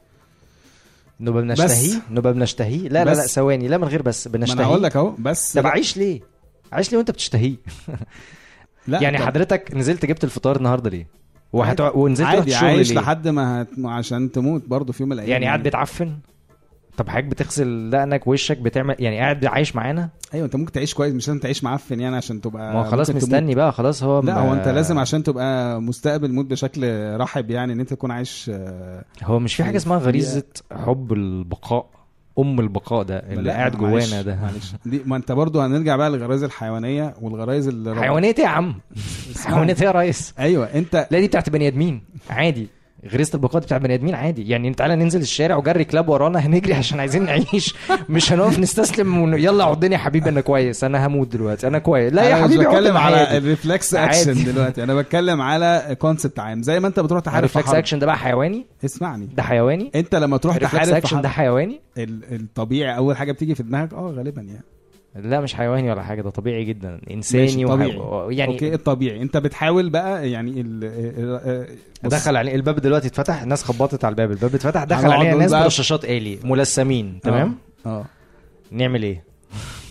نبقى بنشتهيه. لا ثواني، لا من غير بس بنشتهيه. انا هقول لك اهو، بس طب عايش ليه وانت بتشتهيه؟ لا يعني حضرتك نزلت جبت الفطار النهارده ليه؟ ونزلت رحت الشغل عايش ليه؟ لحد ما عشان تموت برضو في يوم من الايام يعني قاعد بتعفن. طب حضرتك بتغسل دقنك وشك، بتعمل يعني قاعد عايش معانا. ايوه انت ممكن تعيش كويس، مش لازم تعيش معفن يعني عشان تبقى. ما خلاص مستني بقى، خلاص هو لا هو انت لازم عشان تبقى مستقبل موت بشكل رحب يعني، ان انت تكون عايش. هو مش في حاجه اسمها غريزه حب البقاء، البقاء ده اللي قاعد جوانا ده. دي ما انت برضو هنرجع بقى للغرائز الحيوانيه والغرائز حيوانيه يا عم. حيوانيه يا ريس. ايوه انت لا دي بتاعت بني ادمين عادي، غريزه البقاء بتاع بني ادمين عادي يعني. تعالى ننزل الشارع وجري كلاب ورانا، هنجري عشان عايزين نعيش، مش هنقف نستسلم يلا عضني يا حبيبي انا كويس، انا هموت دلوقتي، انا كويس. لا يا حبيبي، بتكلم على الريفلكس اكشن دلوقتي، انا بتكلم على كونسبت عام. زي ما انت بتروح تحارب الريفلكس اكشن ده بقى حيواني. اسمعني، ده حيواني. انت لما تروح تحارب اكشن ده حيواني. الطبيعي اول حاجه بتيجي في دماغك غالبا يعني. لا مش حيواني ولا حاجه، ده طبيعي جدا، انساني يعني اوكي الطبيعي. انت بتحاول بقى يعني دخل عليه الباب دلوقتي اتفتح، الناس خبطت على الباب اتفتح، دخل علينا ناس برشاشات آلي ملثمين، تمام. نعمل ايه؟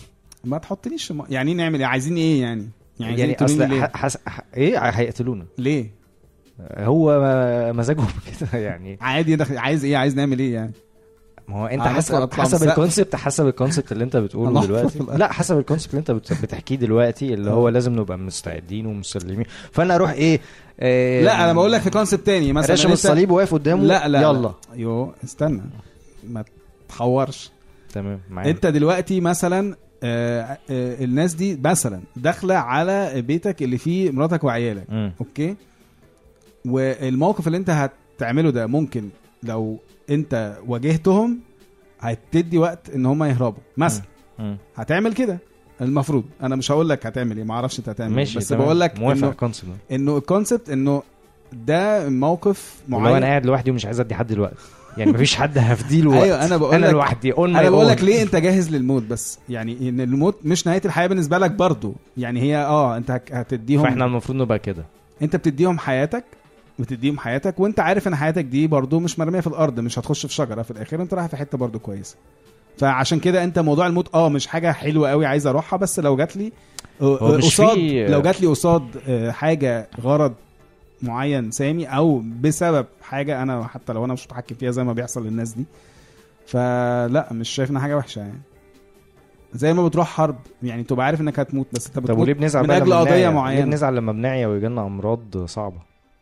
ما تحطنيش يعني نعمل ايه؟ عايزين ايه يعني اصل ايه هيقتلونا ليه؟ هو مزاجهم كده يعني عادي. عايز ايه؟ عايز نعمل ايه يعني؟ ما هو انت حسب الكونسبت اللي انت بتقوله دلوقتي. لا حسب الكونسبت اللي انت بتحكيه دلوقتي اللي هو لازم نبقى مستعدين ومسلمين. فانا اروح ايه لا انا بقول لك في كونسبت تاني مثلا راشم الصليب واقف قدامه. لا يلا يو استنى ما تحورش. تمام معاك. انت دلوقتي مثلا الناس دي مثلا داخله على بيتك اللي فيه مراتك وعيالك. اوكي. والموقف اللي انت هتعمله ده ممكن لو انت واجهتهم هتدي وقت ان هم يهربوا مثلا. هتعمل كده المفروض. انا مش هقول لك هتعمل ايه، ما اعرفش انت هتعمل ايه، بس بقول لك انه الكونسبت انه ده موقف معين. لو انا قاعد لوحدي ومش عايز ادي حد الوقت يعني مفيش حد هفديله وقت. ايوه انا لوحدي. انا بقول لك ليه انت جاهز للموت، بس يعني ان الموت مش نهايه الحياه بالنسبه لك برضو. يعني هي انت هتديهم. فاحنا المفروض نبقى كده. انت بتديهم حياتك وانت عارف ان حياتك دي برضو مش مرميه في الارض، مش هتخش في شجره في الاخر، انت رايح في حته برضو كويسه. فعشان كده انت موضوع الموت مش حاجه حلوه قوي عايز اروحها، بس لو جات لي قصاد حاجه غرض معين سامي او بسبب حاجه انا حتى لو انا مش متحكم فيها زي ما بيحصل للناس دي، فلا مش شايفنا حاجه وحشه يعني. زي ما بتروح حرب يعني تبقى عارف انك هتموت، بس انت بتموت من اجل قضيه معينه. ليه بنزعل لما بنعيا ويجينا امراض صعبه؟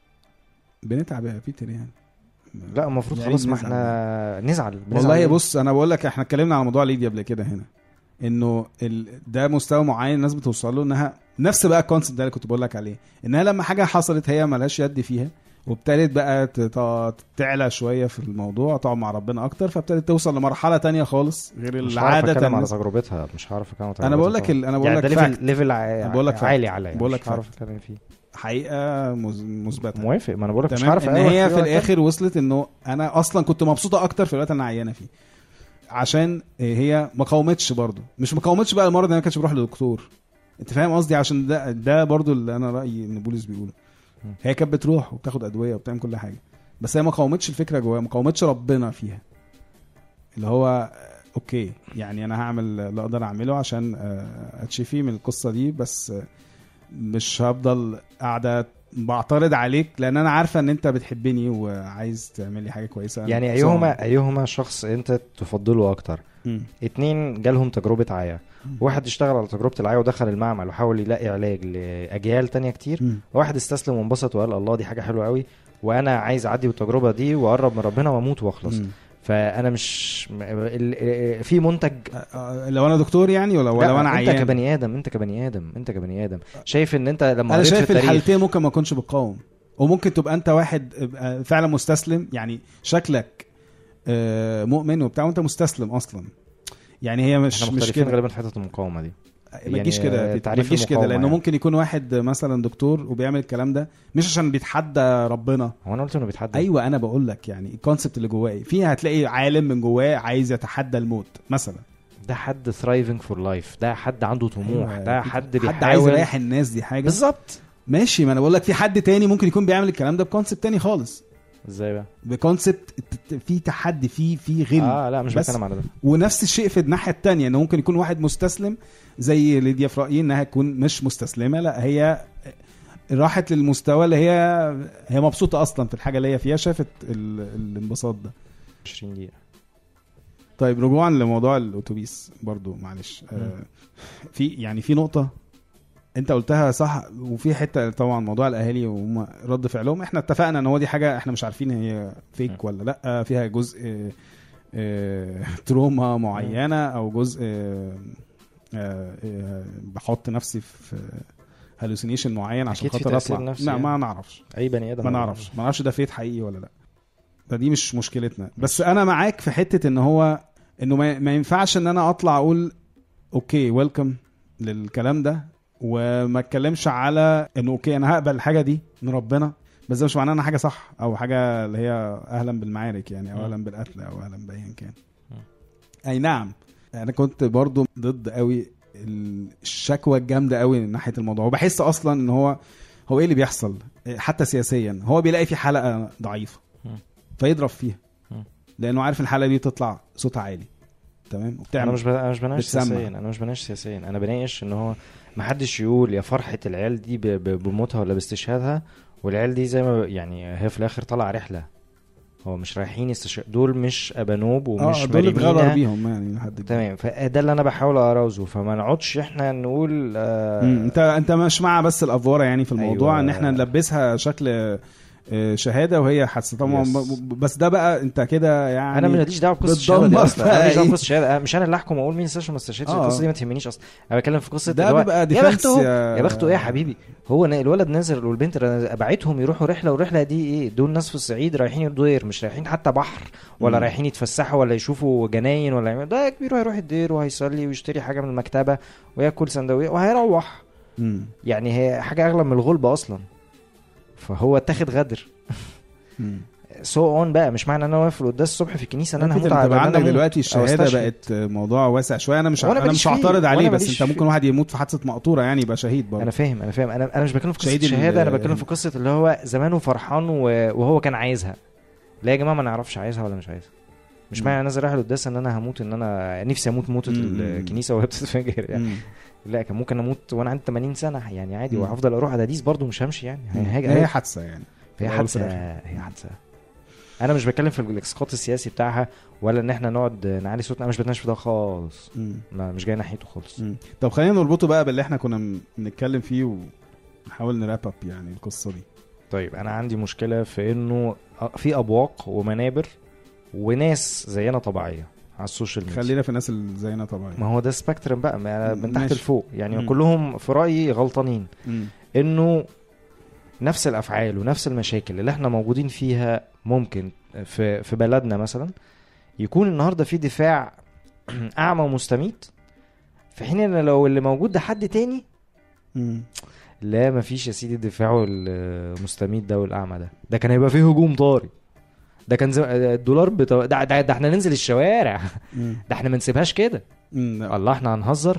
بنتعب يا بيتر يعني. لا المفروض يعني خلاص ما احنا نزعل والله. بص انا بقول لك احنا اتكلمنا على موضوع ليديا قبل كده هنا، انه ده مستوى معين الناس بتوصل له، انها نفس بقى الكونسبت ده اللي كنت بقول لك عليه، انها لما حاجه حصلت هي ملهاش يد فيها وابتدت بقى تعلى شويه في الموضوع، تقعد مع ربنا اكتر، فابتدت توصل لمرحله تانية خالص غير العاده. مش هعرف على تجربتها، مش هعرف اتكلم. انا بقول لك يعني ليفل عالي عليا، بقول لك هعرف اتكلم فيه حقيقه مثبته. موافق. ما انا بقول لك مش عارف ان هي في الاخر وصلت انه انا اصلا كنت مبسوطه اكتر في الوقت اللي انا عيانه فيه، عشان هي ما قاومتش برضو. مش ما قاومتش بقى المرض، انا ما كانتش بروح للدكتور. انت فاهم قصدي؟ عشان ده برضو اللي انا رايي ان بولس بيقوله. هي كانت بتروح وبتاخد ادويه وبتعمل كل حاجه، بس هي ما قاومتش الفكره جواها، ما قاومتش ربنا فيها، اللي هو اوكي يعني انا هعمل اللي اقدر اعمله عشان اتشفي من القصه دي، بس مش هفضل قاعده بعترض عليك لان انا عارفه ان انت بتحبني وعايز تعمل لي حاجه كويسه. يعني ايهما شخص انت تفضله اكتر؟ 2 جالهم تجربه عيا، واحد اشتغل على تجربه العيا ودخل المعمل وحاول يلاقي علاج لاجيال تانية كتير، واحد استسلم وانبسط وقال الله دي حاجه حلوه قوي وانا عايز اعدي بالتجربه دي واقرب من ربنا واموت واخلص. فانا مش في منتج. لو انا دكتور يعني ولا لو انا عيان؟ انت كبني ادم شايف ان انت لما انا شايف الحالتين ممكن ما اكونش بقاوم، وممكن تبقى انت واحد فعلا مستسلم، يعني شكلك مؤمن وبتاع وانت مستسلم اصلا. يعني هي مش كده غالبا في حته المقاومه دي. ما تجيش كده، ما تجيش كده، لانه ممكن يكون واحد مثلا دكتور وبيعمل الكلام ده مش عشان بيتحدى ربنا. هو انا قلت انه بيتحدى؟ ايوه انا بقول لك يعني الكونسبت اللي جواه فيها هتلاقي عالم من جواه عايز يتحدى الموت مثلا. ده حد thriving for life، ده حد عنده طموح. أيوة. ده حد بيحاول عايز يريح الناس، دي حاجه بالظبط ماشي. ما انا بقول لك في حد تاني ممكن يكون بيعمل الكلام ده بكونسبت تاني خالص. ازاي بقى؟ بكونسبت في تحدي، في غل. لا مش بتكلم على ده. ونفس الشيء في الناحيه التانية، انه ممكن يكون واحد مستسلم زي ليديا في رايي، انها تكون مش مستسلمه، لا هي راحت للمستوى اللي هي مبسوطه اصلا في الحاجه اللي هي فيها، شافت الانبساط ده. 20 دقيقه. طيب رجوعا لموضوع الاتوبيس برضو معلش، في نقطه انت قلتها صح، وفي حته طبعا موضوع الاهالي وهم رد فعلهم. احنا اتفقنا ان هو دي حاجه احنا مش عارفين هي فيك ولا لا، فيها جزء تروما معينه او جزء بحط نفسي في هالوسينيشن معين عشان خاطر اطلع. لا ما نعرفش، اي بني ادم ما نعرفش ده فيت حقيقي ولا لا. فدي مش مشكلتنا. بس انا معاك في حته انه ما ينفعش ان انا اطلع اقول اوكي ويلكم للكلام ده وما اتكلمش على انه اوكي انا هقبل الحاجه دي من ربنا، بس ده مش معناه انها حاجه صح او حاجه اللي هي اهلا بالمعارك يعني، او اهلا بالقتل او اهلا بايا كان. اي نعم انا كنت برضو ضد قوي الشكوى الجامده قوي من ناحيه الموضوع، وبحس اصلا ان هو ايه اللي بيحصل حتى سياسيا. هو بيلاقي في حلقه ضعيفه فيضرب فيها، لانه عارف الحلقه دي تطلع صوتها عالي، تمام انا مش بناقش سياسيا، انا بناقش ان هو ما حدش يقول يا فرحه العيال دي بموتها ولا باستشهادها، والعيال دي زي ما يعني هي في الاخر طالعه رحله، هو مش رايحين دول مش ابانوب ومش دول اتغدر بيهم يعني لحد تمام. فده اللي انا بحاول اراوزه، فما نقعدش احنا نقول انت مش مع بس الافوره يعني في الموضوع. أيوة. ان احنا نلبسها شكل شهاده وهي حادثه طبعا. بس ده بقى انت كده يعني انا ماليش دعوه بقصه الشهاده دي اصلا، انا ماليش دعوه بقصه الشهاده، مش انا اللي احكم اقول مين استشهد ما استشهدش. القصه دي ما تهمنيش اصلا، انا بتكلم في قصه ده بيبقى ديفنس يا بخته ايه يا حبيبي. هو الولد نازل والبنت ابعتهم يروحوا رحله، والرحله دي ايه؟ دول ناس في الصعيد رايحين الدير، مش رايحين حتى بحر ولا رايحين يتفسحوا ولا يشوفوا جناين ولا يعملوا. ده كبير هيروح الدير وهيصلي ويشتري حاجه من المكتبه وياكل سندويش وهيروح. يعني هي حاجه اغلى من الغلبه اصلا، فهو اتاخد غدر. بقى مش معنى ان انا واقف قدام الصبح في الكنيسه ان انا هموت على عندك دلوقتي الشهاده بقت موضوع واسع شويه. انا مش هعترض عليه، بس انت ممكن واحد يموت في حادثه مقطوره يعني يبقى شهيد برضه. انا فاهم انا مش بتكلم في قصه الشهاده، انا بتكلم في قصه اللي هو زمانه فرحان وهو كان عايزها. لا يا جماعه ما نعرفش عايزها ولا مش عايزها. مش معنى انا نازل رايح القداس ان انا هموت، ان انا نفسي اموت موته الكنيسه وهي بتتفجر يعني. لا كان ممكن اموت وانا عندي 80 سنه يعني عادي، وهفضل اروح اداديس برضه مش همشي يعني. هي حادثه يعني، هي حادثه. انا مش بتكلم في الاسقاط السياسي بتاعها ولا ان احنا نقعد نعلي صوتنا، انا مش بتناقش في ده خالص. مش جاي ناحيته خالص. طب خلينا نربطه بقى باللي احنا كنا بنتكلم فيه ونحاول نراب اب يعني القصه دي. طيب انا عندي مشكله في انه في ابواق ومنابر وناس زينا طبيعيه على السوشيال ميديا. خلينا في الناس اللي زينا طبيعيه، ما هو ده سبيكترم بقى من تحت لفوق يعني. كلهم في رايي غلطانين. انه نفس الافعال ونفس المشاكل اللي احنا موجودين فيها ممكن في بلدنا مثلا يكون النهارده في دفاع اعمى ومستميت، في حين ان لو اللي موجود ده حد تاني لا مفيش يا سيدي الدفاع المستميت ده والاعمى ده كان هيبقى فيه هجوم طاري. ده كان الدولار ده احنا ننزل الشوارع. ده احنا ما نسيبهاش كده. الله احنا هنهزر.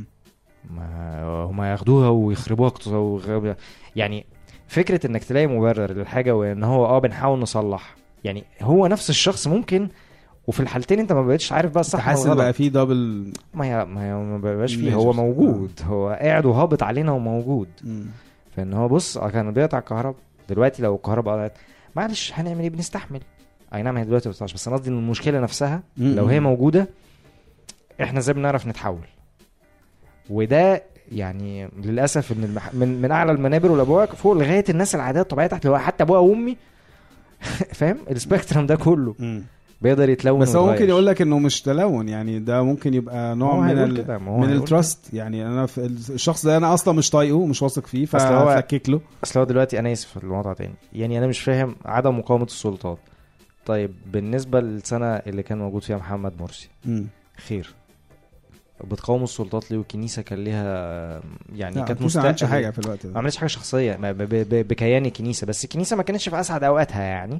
ما هما ياخدوها ويخربوها يعني. فكرة انك تلاقي مبرر للحاجة وان هو بنحاول نصلح يعني. هو نفس الشخص ممكن، وفي الحالتين انت ما بقيتش عارف بقى الصح ولا الغلط. بقى فيه دبل ما بقاش فيه. هو موجود. هو قاعد وهابط علينا وموجود. فان هو بص كان بيقطع الكهرباء. دلوقتي لو الكهرباء قطعت معلش هنعمل ايه؟ بنستحمل. اي نعم هي دلوقتي بتطلعش، بس انا قصدي ان المشكلة نفسها لو هي موجودة احنا ازاي بنعرف نتحول. وده يعني للاسف ان من اعلى المنابر والابواب فوق لغايه الناس العاديه الطبيعيه تحت، لو حتى ابويا وامي فاهم السبيكترم ده كله بيقدر يتلون. بس هو ممكن يقول لك انه مش تلون يعني. ده ممكن يبقى نوع من التراست يعني. انا في الشخص ده انا اصلا مش طايقه مش واثق فيه فافكك له. اصل هو دلوقتي انا اسف في الموضوع تاني يعني. انا مش فاهم عدم مقاومه السلطات. طيب بالنسبه للسنه اللي كان موجود فيها محمد مرسي خير بتقاوم السلطات ليه؟ والكنيسه كان ليها يعني كانت مستعجله حاجه في الوقت ده. ما عملتش حاجه شخصيه بكيان الكنيسه، بس الكنيسه ما كانتش في اسعد اوقاتها يعني.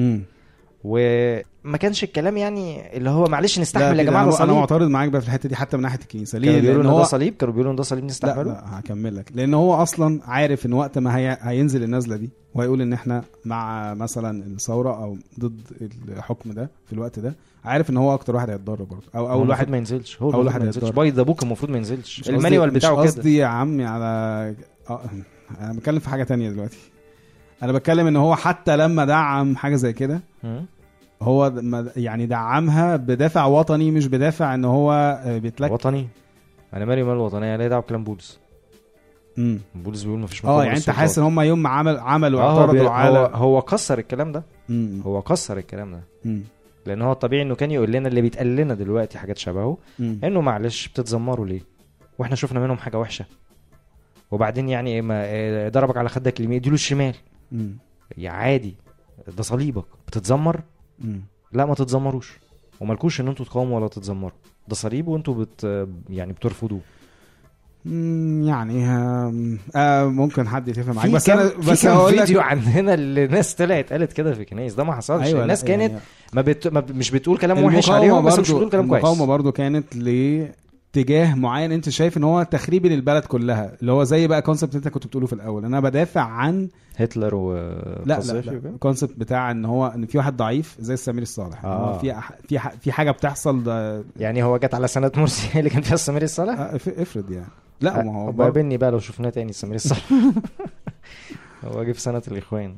وما كانش الكلام يعني اللي هو معلش نستحمل يا جماعه ده صليب. انا معترض معاك بقى في الحته دي حتى من ناحيه الكنيسه. ليه؟ لان هو ده صليب. كانوا بيقولوا ان ده صليب نستحمله. لا هكمل لك. لان هو اصلا عارف ان وقت ما هينزل النازله دي وهيقول ان احنا مع مثلا الثوره او ضد الحكم ده في الوقت ده، عارف ان هو اكتر واحد هيتضرر برضه او اول واحد ما ينزلش. هو اول واحد ينزلش. باي ذا بوك المفروض ما ينزلش. المانيوال بتاعه كده. قصدي يا عمي على انا بتكلم في حاجه تانية دلوقتي. انا بتكلم ان هو حتى لما دعم حاجه زي كده هو يعني دعمها بدافع وطني، مش بدافع ان هو بيتلك وطني. انا مالي مال وطنيه لا دعوه بكلام بولس. بولس بيقول ما فيش مقاومه. يعني انت حاسس ان هم يوم ما عملوا اعترضوا على هو كسر الكلام ده. هو كسر الكلام ده. لان هو الطبيعي انه كان يقول لنا اللي بيتقال لنا دلوقتي حاجات شبهه انه معلش بتتذمروا ليه واحنا شفنا منهم حاجه وحشه. وبعدين يعني ما ضربك على خدك اليمين اديله الشمال. يا عادي ده صليبك بتتذمر. لا ما تتذمروش ومالكوش ان انتوا تقاوموا ولا تتذمروا. ده صليب وانتوا يعني بترفضوه. يعني ممكن حد يتفق معاك. بس هقول لك فيديو عندنا اللي ناس طلعت قالت كده في كنايس ده ما حصلش. أيوة الناس كانت يعني مش بتقول كلام وحش عليهم بس مش بتقول كلام كويس. المقاومه برضو كانت اتجاه معين انت شايف ان هو تخريبي للبلد كلها، اللي هو زي بقى كونسبت انت كنت بتقوله في الاول، انا بدافع عن هتلر لا وقذافي لا الكونسبت بتاع ان هو ان في واحد ضعيف زي السمير الصالح، هو في حاجه بتحصل ده. يعني هو جت على سنه مرسي اللي كان فيها السمير الصالح. افرض يعني لا ما هو بقى لو شفناه تاني السمير الصالح هو جه في سنه الاخوان.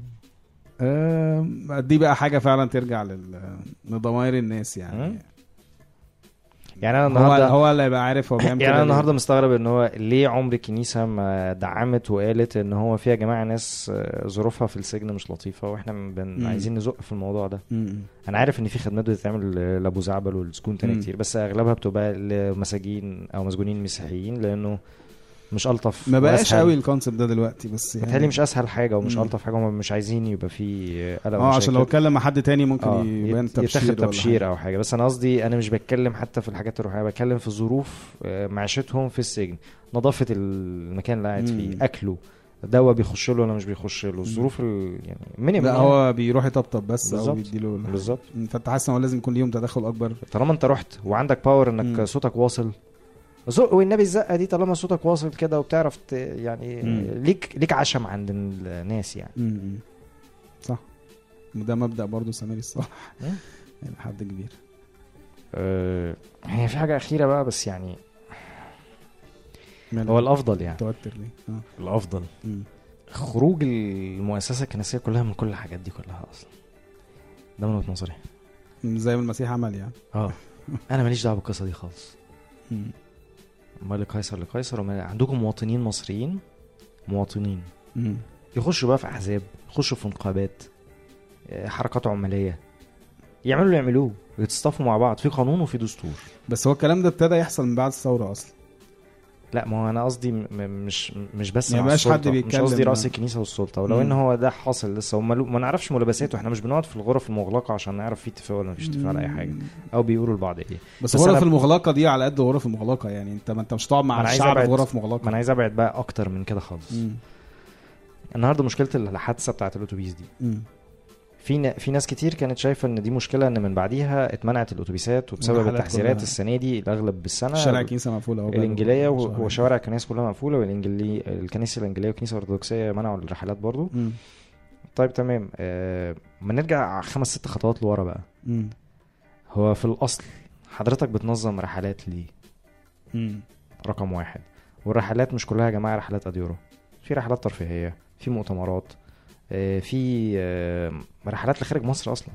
دي بقى حاجه فعلا ترجع لضمائر الناس يعني. يعني انا النهارده هو اللي يبقى عارف هو بيعمل. يعني انا النهارده مستغرب ان هو ليه عمر الكنيسه ما دعمت وقالت ان هو فيها جماعه ناس ظروفها في السجن مش لطيفه واحنا عايزين نزق في الموضوع ده. انا عارف ان في خدمات بتتعمل لابو زعبل والسجون تاني كتير، بس اغلبها بتبقى لمساجين او مسجونين مسيحيين، لانه مش الطف. ما بقاش قوي الكونسبت ده دلوقتي، بس يعني متهيألي مش اسهل حاجه ومش الطف حاجه، هم مش عايزين يبقى في قلق عشان لو اتكلم مع حد تاني ممكن يبان تبشير او حاجه. بس انا قصدي انا مش بتكلم حتى في الحاجات الروحيه، بتكلم في ظروف معيشتهم في السجن، نظافه المكان اللي قاعد فيه، اكله، دواء بيخش له ولا مش بيخش له، الظروف يعني مينيمم. لا هو بيروح يطبطب بس بالزبط. او بيديله بالظبط. فانت حاسس ان هو لازم يكون ليهم تدخل اكبر طالما انت رحت وعندك باور انك صوتك واصل. زق والنبي الزقه دي طالما صوتك واصل كده وبتعرف يعني ليك عشم عند الناس يعني. صح. ده مبدأ برضو سمير الصالح يعني حد كبير. هي في حاجه اخيره بقى بس يعني هو الافضل يعني توتر ليه الافضل خروج المؤسسه الكنسيه كلها من كل الحاجات دي كلها اصلا. ده من وجهه نظري زي ما المسيح عمل يعني. انا ماليش دعوه بالقصه دي خالص. ما لقيصر لقيصر، وما عندكم مواطنين مصريين مواطنين يخشوا بقى في احزاب، يخشوا في نقابات، حركات عماليه، يعملوا اللي يعملوه، يتصطفوا مع بعض في قانون وفي دستور. بس هو الكلام ده ابتدى يحصل من بعد الثوره اصلا. لا ما هو انا قصدي مش بس يعني مش حد بيتكلم، مش قصدي رأس الكنيسه والسلطه، ولو ان هو ده حاصل لسه ما نعرفش ملابساته، احنا مش بنقعد في الغرف المغلقه عشان نعرف في اتفاق ولا مفيش اتفاق على اي حاجه، او بيقولوا لبعض ايه. بس الغرف المغلقه دي على قد الغرف المغلقه يعني، انت مش هتقعد مع الشعب في غرف مغلقه. ما انا عايز ابعد بقى اكتر من كده خالص. النهارده مشكله الحادثه بتاعه الاتوبيس دي، في ناس كتير كانت شايفه ان دي مشكله، ان من بعديها اتمنعت الاتوبيسات وبسبب التحذيرات السنه دي الاغلب بالسنه شارع الكنيسه مقفوله اهو، الانجيليه وشوارع الكنائس كلها مقفوله، الكنيسه الانجيليه والكنيسه الارثوذكسيه منعوا الرحلات برضو. طيب تمام. ما نرجع 5-6 خطوات لورا بقى. هو في الاصل حضرتك بتنظم رحلات ليه؟ رقم 1. والرحلات مش كلها يا جماعه رحلات اديره، في رحلات ترفيهيه، في مؤتمرات، في رحلات لخارج مصر اصلا،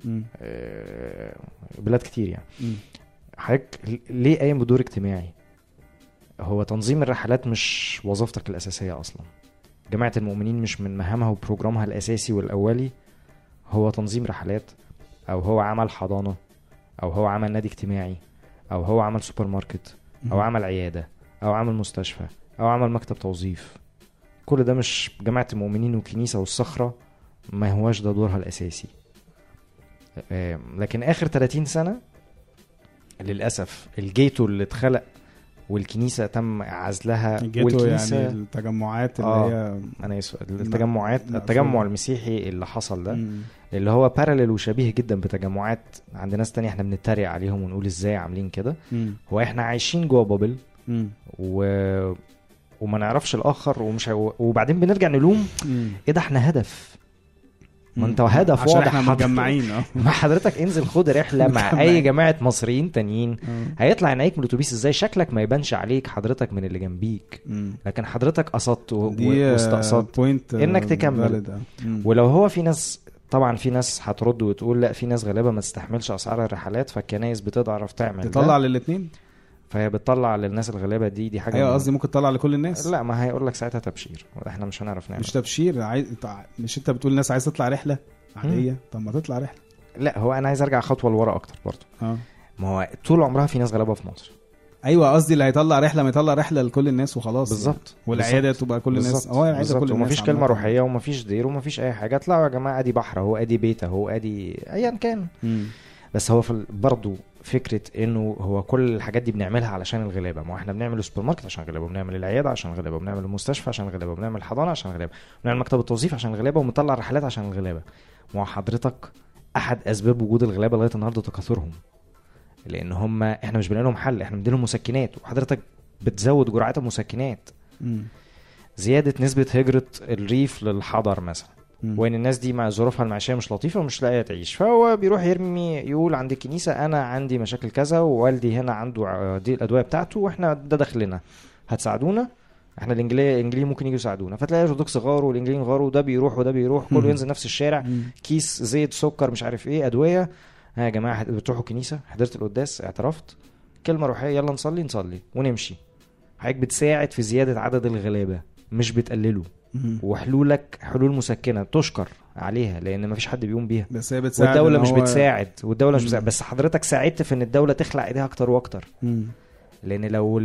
بلاد كتير يعني. حضرتك ليه قايم بدور اجتماعي؟ هو تنظيم الرحلات مش وظيفتك الاساسيه اصلا. جماعه المؤمنين مش من مهامها وبروجرامها الاساسي والاولي هو تنظيم رحلات، او هو عمل حضانه، او هو عمل نادي اجتماعي، او هو عمل سوبر ماركت، او عمل عياده، او عمل مستشفى، او عمل مكتب توظيف. كل ده مش جماعة المؤمنين والكنيسة والصخرة، ما هواش ده دورها الأساسي. لكن آخر 30 سنة للأسف الجيتو اللي اتخلق والكنيسة تم عزلها، والكنيسة يعني التجمعات اللي هي أنا التجمع المسيحي اللي حصل ده اللي هو باراليل وشبيه جدا بتجمعات عند ناس تانية احنا بنتريق عليهم ونقول ازاي عاملين كده. هو احنا عايشين جوه بابل وما نعرفش الاخر وبعدين بنرجع نلوم ايه ده، احنا هدف. ما انت هدف واضح، احنا مجمعين. ما حضرتك انزل خد رحله مع اي جماعه مصريين تانيين، هيطلع عينيك من الاتوبيس ازاي، شكلك ما يبانش عليك حضرتك من اللي جنبيك، لكن حضرتك قصدت واستقصدت انك تكمل. ولو هو في ناس، طبعا في ناس هترد وتقول لا، في ناس غالبا ما تستحملش اسعار الرحلات، فالكنايس بتعرف تعمل تطلع للاثنين، فهي بتطلع للناس الغلابه دي حاجه. ايوه قصدي ممكن تطلع لكل الناس. لا ما هيقول لك ساعتها تبشير، احنا مش هنعرف نعمل. مش تبشير، مش انت بتقول الناس عايز تطلع رحله عاديه، طب ما تطلع رحله. لا هو انا عايز ارجع خطوه لورا اكتر برضو. ما هو طول عمرها في ناس غلابه في مصر. ايوه قصدي اللي هيطلع رحله ما يطلع رحله لكل الناس وخلاص. بالظبط. والعياده تبقى كل الناس. العياده كل الناس، ومفيش كلمه روحيه ومفيش دير ومفيش اي حاجه. اطلعوا يا جماعه، ادي بحر اهو، ادي بيت اهو، ادي ايا كان. بس هو برضو فكره انه هو كل الحاجات دي بنعملها علشان الغلابه. ما احنا بنعمل السوبر ماركت عشان الغلابه، وبنعمل العياده عشان الغلابه، وبنعمل المستشفى عشان الغلابه، وبنعمل الحضانه عشان الغلابه، وبنعمل مكتب التوظيف عشان الغلابه، وبنطلع رحلات عشان الغلابه. ما حضرتك احد اسباب وجود الغلابه لغايه النهارده تكاثرهم، لان هم احنا مش بنلاقي لهم حل، احنا بنديلهم مسكنات وحضرتك بتزود جرعات المسكنات. زياده نسبه هجره الريف للحضر مثلا، وان الناس دي مع ظروفها المعيشيه مش لطيفه ومش لاقيه تعيش، فهو بيروح يرمي يقول عند الكنيسه انا عندي مشاكل كذا ووالدي هنا عنده دي الادويه بتاعته واحنا ده دخلنا، هتساعدونا؟ احنا الانجليزي ممكن يجوا يساعدونا. فتلاقي الارثوذكس غاروا والانجليين غاروا، وده بيروح وده بيروح، كله ينزل نفس الشارع، كيس زيت سكر مش عارف ايه ادويه. ها يا جماعه بتروحوا كنيسه، حضرت القداس، اعترفت، كلمه روحيه، يلا نصلي ونمشي. حضرتك بتساعد في زياده عدد الغلابه مش بتقلله. وحلولك حلول مسكنه تشكر عليها لان مفيش حد بيقوم بيها، بس هي بتساعد والدوله مش بتساعد، والدوله مش بتساعد. بس حضرتك ساعدت في ان الدوله تخلق ايديها اكتر واكتر. لان لو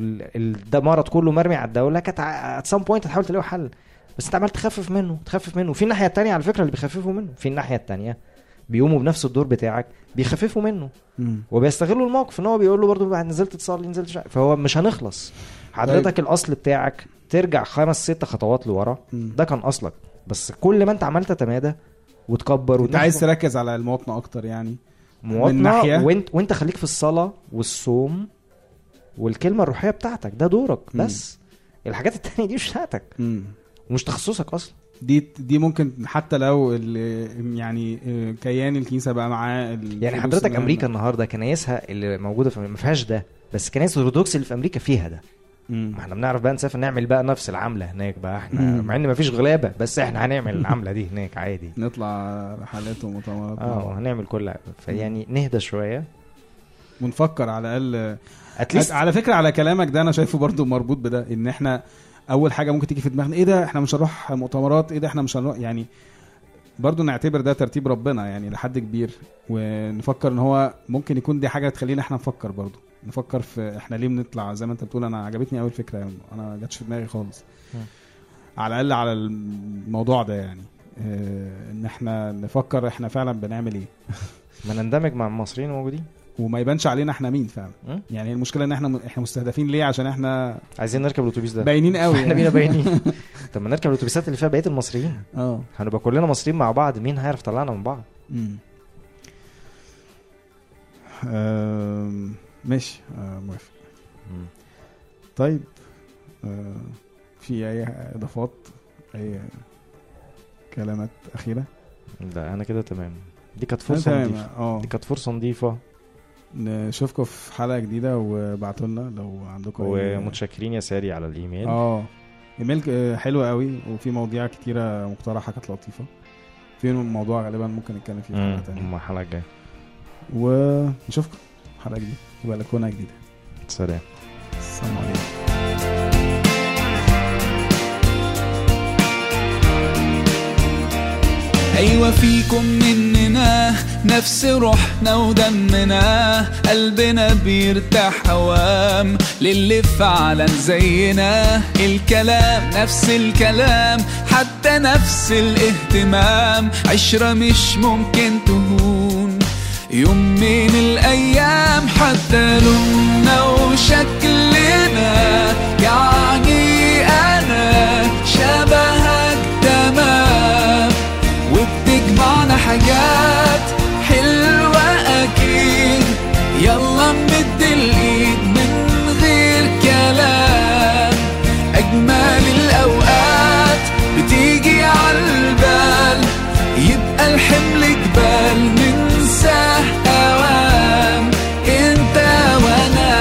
ده مرض كله مرمي على الدوله كانت at some point هتحاول تلاقي حل، بس انت عمال تخفف منه. في الناحيه التانية على فكره اللي بيخففوا منه، في الناحيه التانية بيقوموا بنفس الدور بتاعك بيخففوا منه، وبيستغلوا الموقف ان هو بيقول له برضه بعد نزلت تصلي نزلت فهو مش هنخلص. حضرتك الاصل بتاعك ترجع 5-6 خطوات لورا، ده كان اصلك، بس كل ما انت عملت تتمادى وتكبر انت عايز تركز على المواطنه اكتر، يعني مواطنه، وانت خليك في الصلاه والصوم والكلمه الروحيه بتاعتك، ده دورك. بس الحاجات التانية دي مش بتاعتك ومش تخصصك اصلا. دي ممكن حتى لو يعني كيان الكنيسه بقى معاه يعني حضرتك امريكا النهارده كنايسها اللي موجوده في ما فيهاش ده، بس كنايس الارثوذكس اللي في امريكا فيها ده. ما احنا بنعرف بقى نسافر نعمل بقى نفس العمله هناك بقى احنا، مع ان ما فيش غلابه بس احنا هنعمل العمله دي هناك عادي، نطلع رحلات ومؤتمرات هنعمل كل حاجه. فيعني نهدى شويه ونفكر على الاقل. على فكره على كلامك ده انا شايفه برضو مربوط بده، ان احنا اول حاجه ممكن تيجي في دماغنا ايه ده احنا مش هنروح مؤتمرات، ايه ده احنا مش هنروح، يعني برضو نعتبر ده ترتيب ربنا يعني لحد كبير، ونفكر ان هو ممكن يكون دي حاجه تخلينا احنا نفكر في احنا ليه بنطلع. زي ما انت بتقول انا عجبتني اول فكره يعني، انا ما جاتش في دماغي خالص على الاقل على الموضوع ده يعني، ان احنا نفكر احنا فعلا بنعمل ايه ما نندمج مع المصريين الموجودين وما يبانش علينا احنا مين فعلا. يعني المشكله ان احنا مستهدفين ليه؟ عشان احنا عايزين نركب الاتوبيس ده باينين قوي احنا بينا باينين. طب ما نركب الاتوبيسات اللي فيها بقيه المصريين، هنبقى كلنا مصريين مع بعض، مين هيعرف يطلعنا من بعض؟ ماشي موافق. طيب في اي اضافات، اي كلمات اخيره؟ لا انا كده تمام. دي كانت فرصه نظيفه، دي كانت فرصه نظيفه. نشوفكم في حلقه جديده، وابعتوا لنا لو عندكم ومتشكرين يا ساري على الايميل. ايميل حلو قوي، وفي مواضيع كتيره مقترحه كانت لطيفه. في موضوع غالبا ممكن نتكلم فيه في حلقه ثانيه، الحلقه الجايه. ونشوفكم حلقه جديده وبلكونه جديده. سلام. السلام عليكم. أيوة فيكم مننا نفس روحنا ودمنا، قلبنا بيرتاح هوام للي فعلا زينا، الكلام نفس الكلام حتى نفس الاهتمام، عشرة مش ممكن تهون يوم من الأيام، حتى لوننا وشكلنا يعني أنا شبهك تمام، وبتجمعنا حاجات حلوة أكيد، يلا نمد الإيد من غير كلام، أجمل الأوقات بتيجي عالبال، يبقى الحمل جبال ننساه أوام، انت وانا.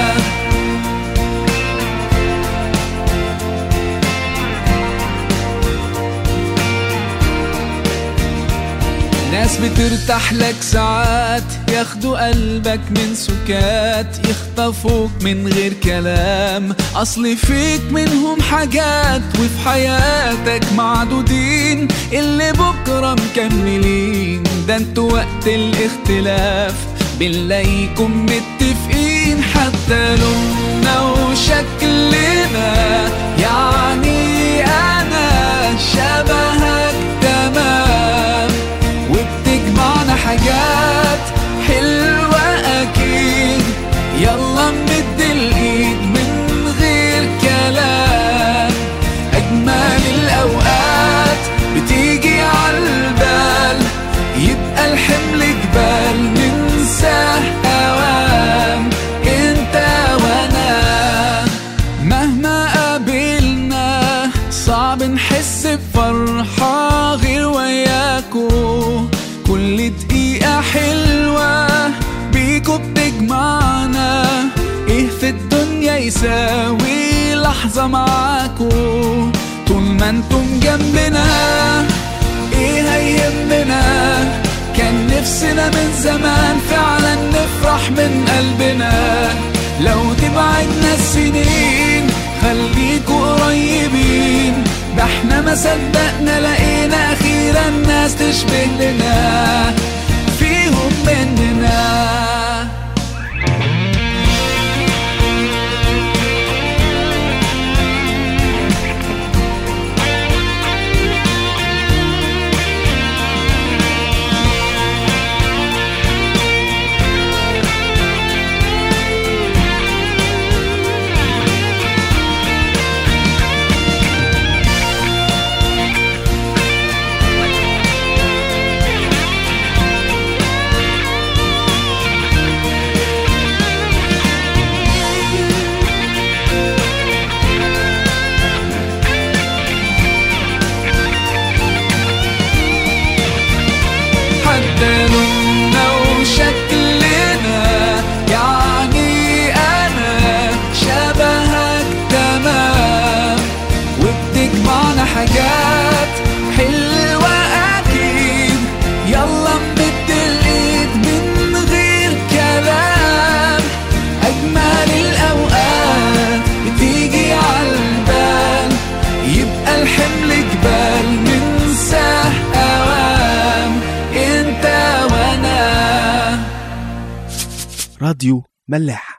ناس بترتاح لك ساعات، ياخدوا قلبك من سكات، يخطفوك من غير كلام، اصل فيك منهم حاجات، وفي حياتك معدودين اللي بكرة مكملين، ده انتوا وقت الاختلاف بنلاقيكم متفقين، حتى لوننا وشكلنا يعني انا شبهك تمام، وبتجمعنا حاجات حلوة أكيد، يلا نمد الإيد من غير كلام، أجمل الأوقات بتيجي عالبال، يبقى الحمل جبال ننساه أوقات. قابلنا صعب نحس بفرحة غير وياكو. كل دقيقة حلوة بيكو بتجمعنا، ايه في الدنيا يساوي لحظة معاكو؟ طول ما انتم جنبنا ايه هيهمنا؟ كان نفسنا من زمان فعلا نفرح من قلبنا. لو تبعدنا السنين خليكوا قريبين، ده احنا ما صدقنا لقينا اخيرا ناس تشبه لنا فيهم مننا. لوننا وشكلنا يعني أنا شبهك تمام، وبتجمعنا حاجات حلوة أكيد. يلا نمد الإيد من غير كلام، أجمل الأوقات بتيجي عالبال، يبقى الحمل جبال ننساه أوام انت وانا. راديو ملاح.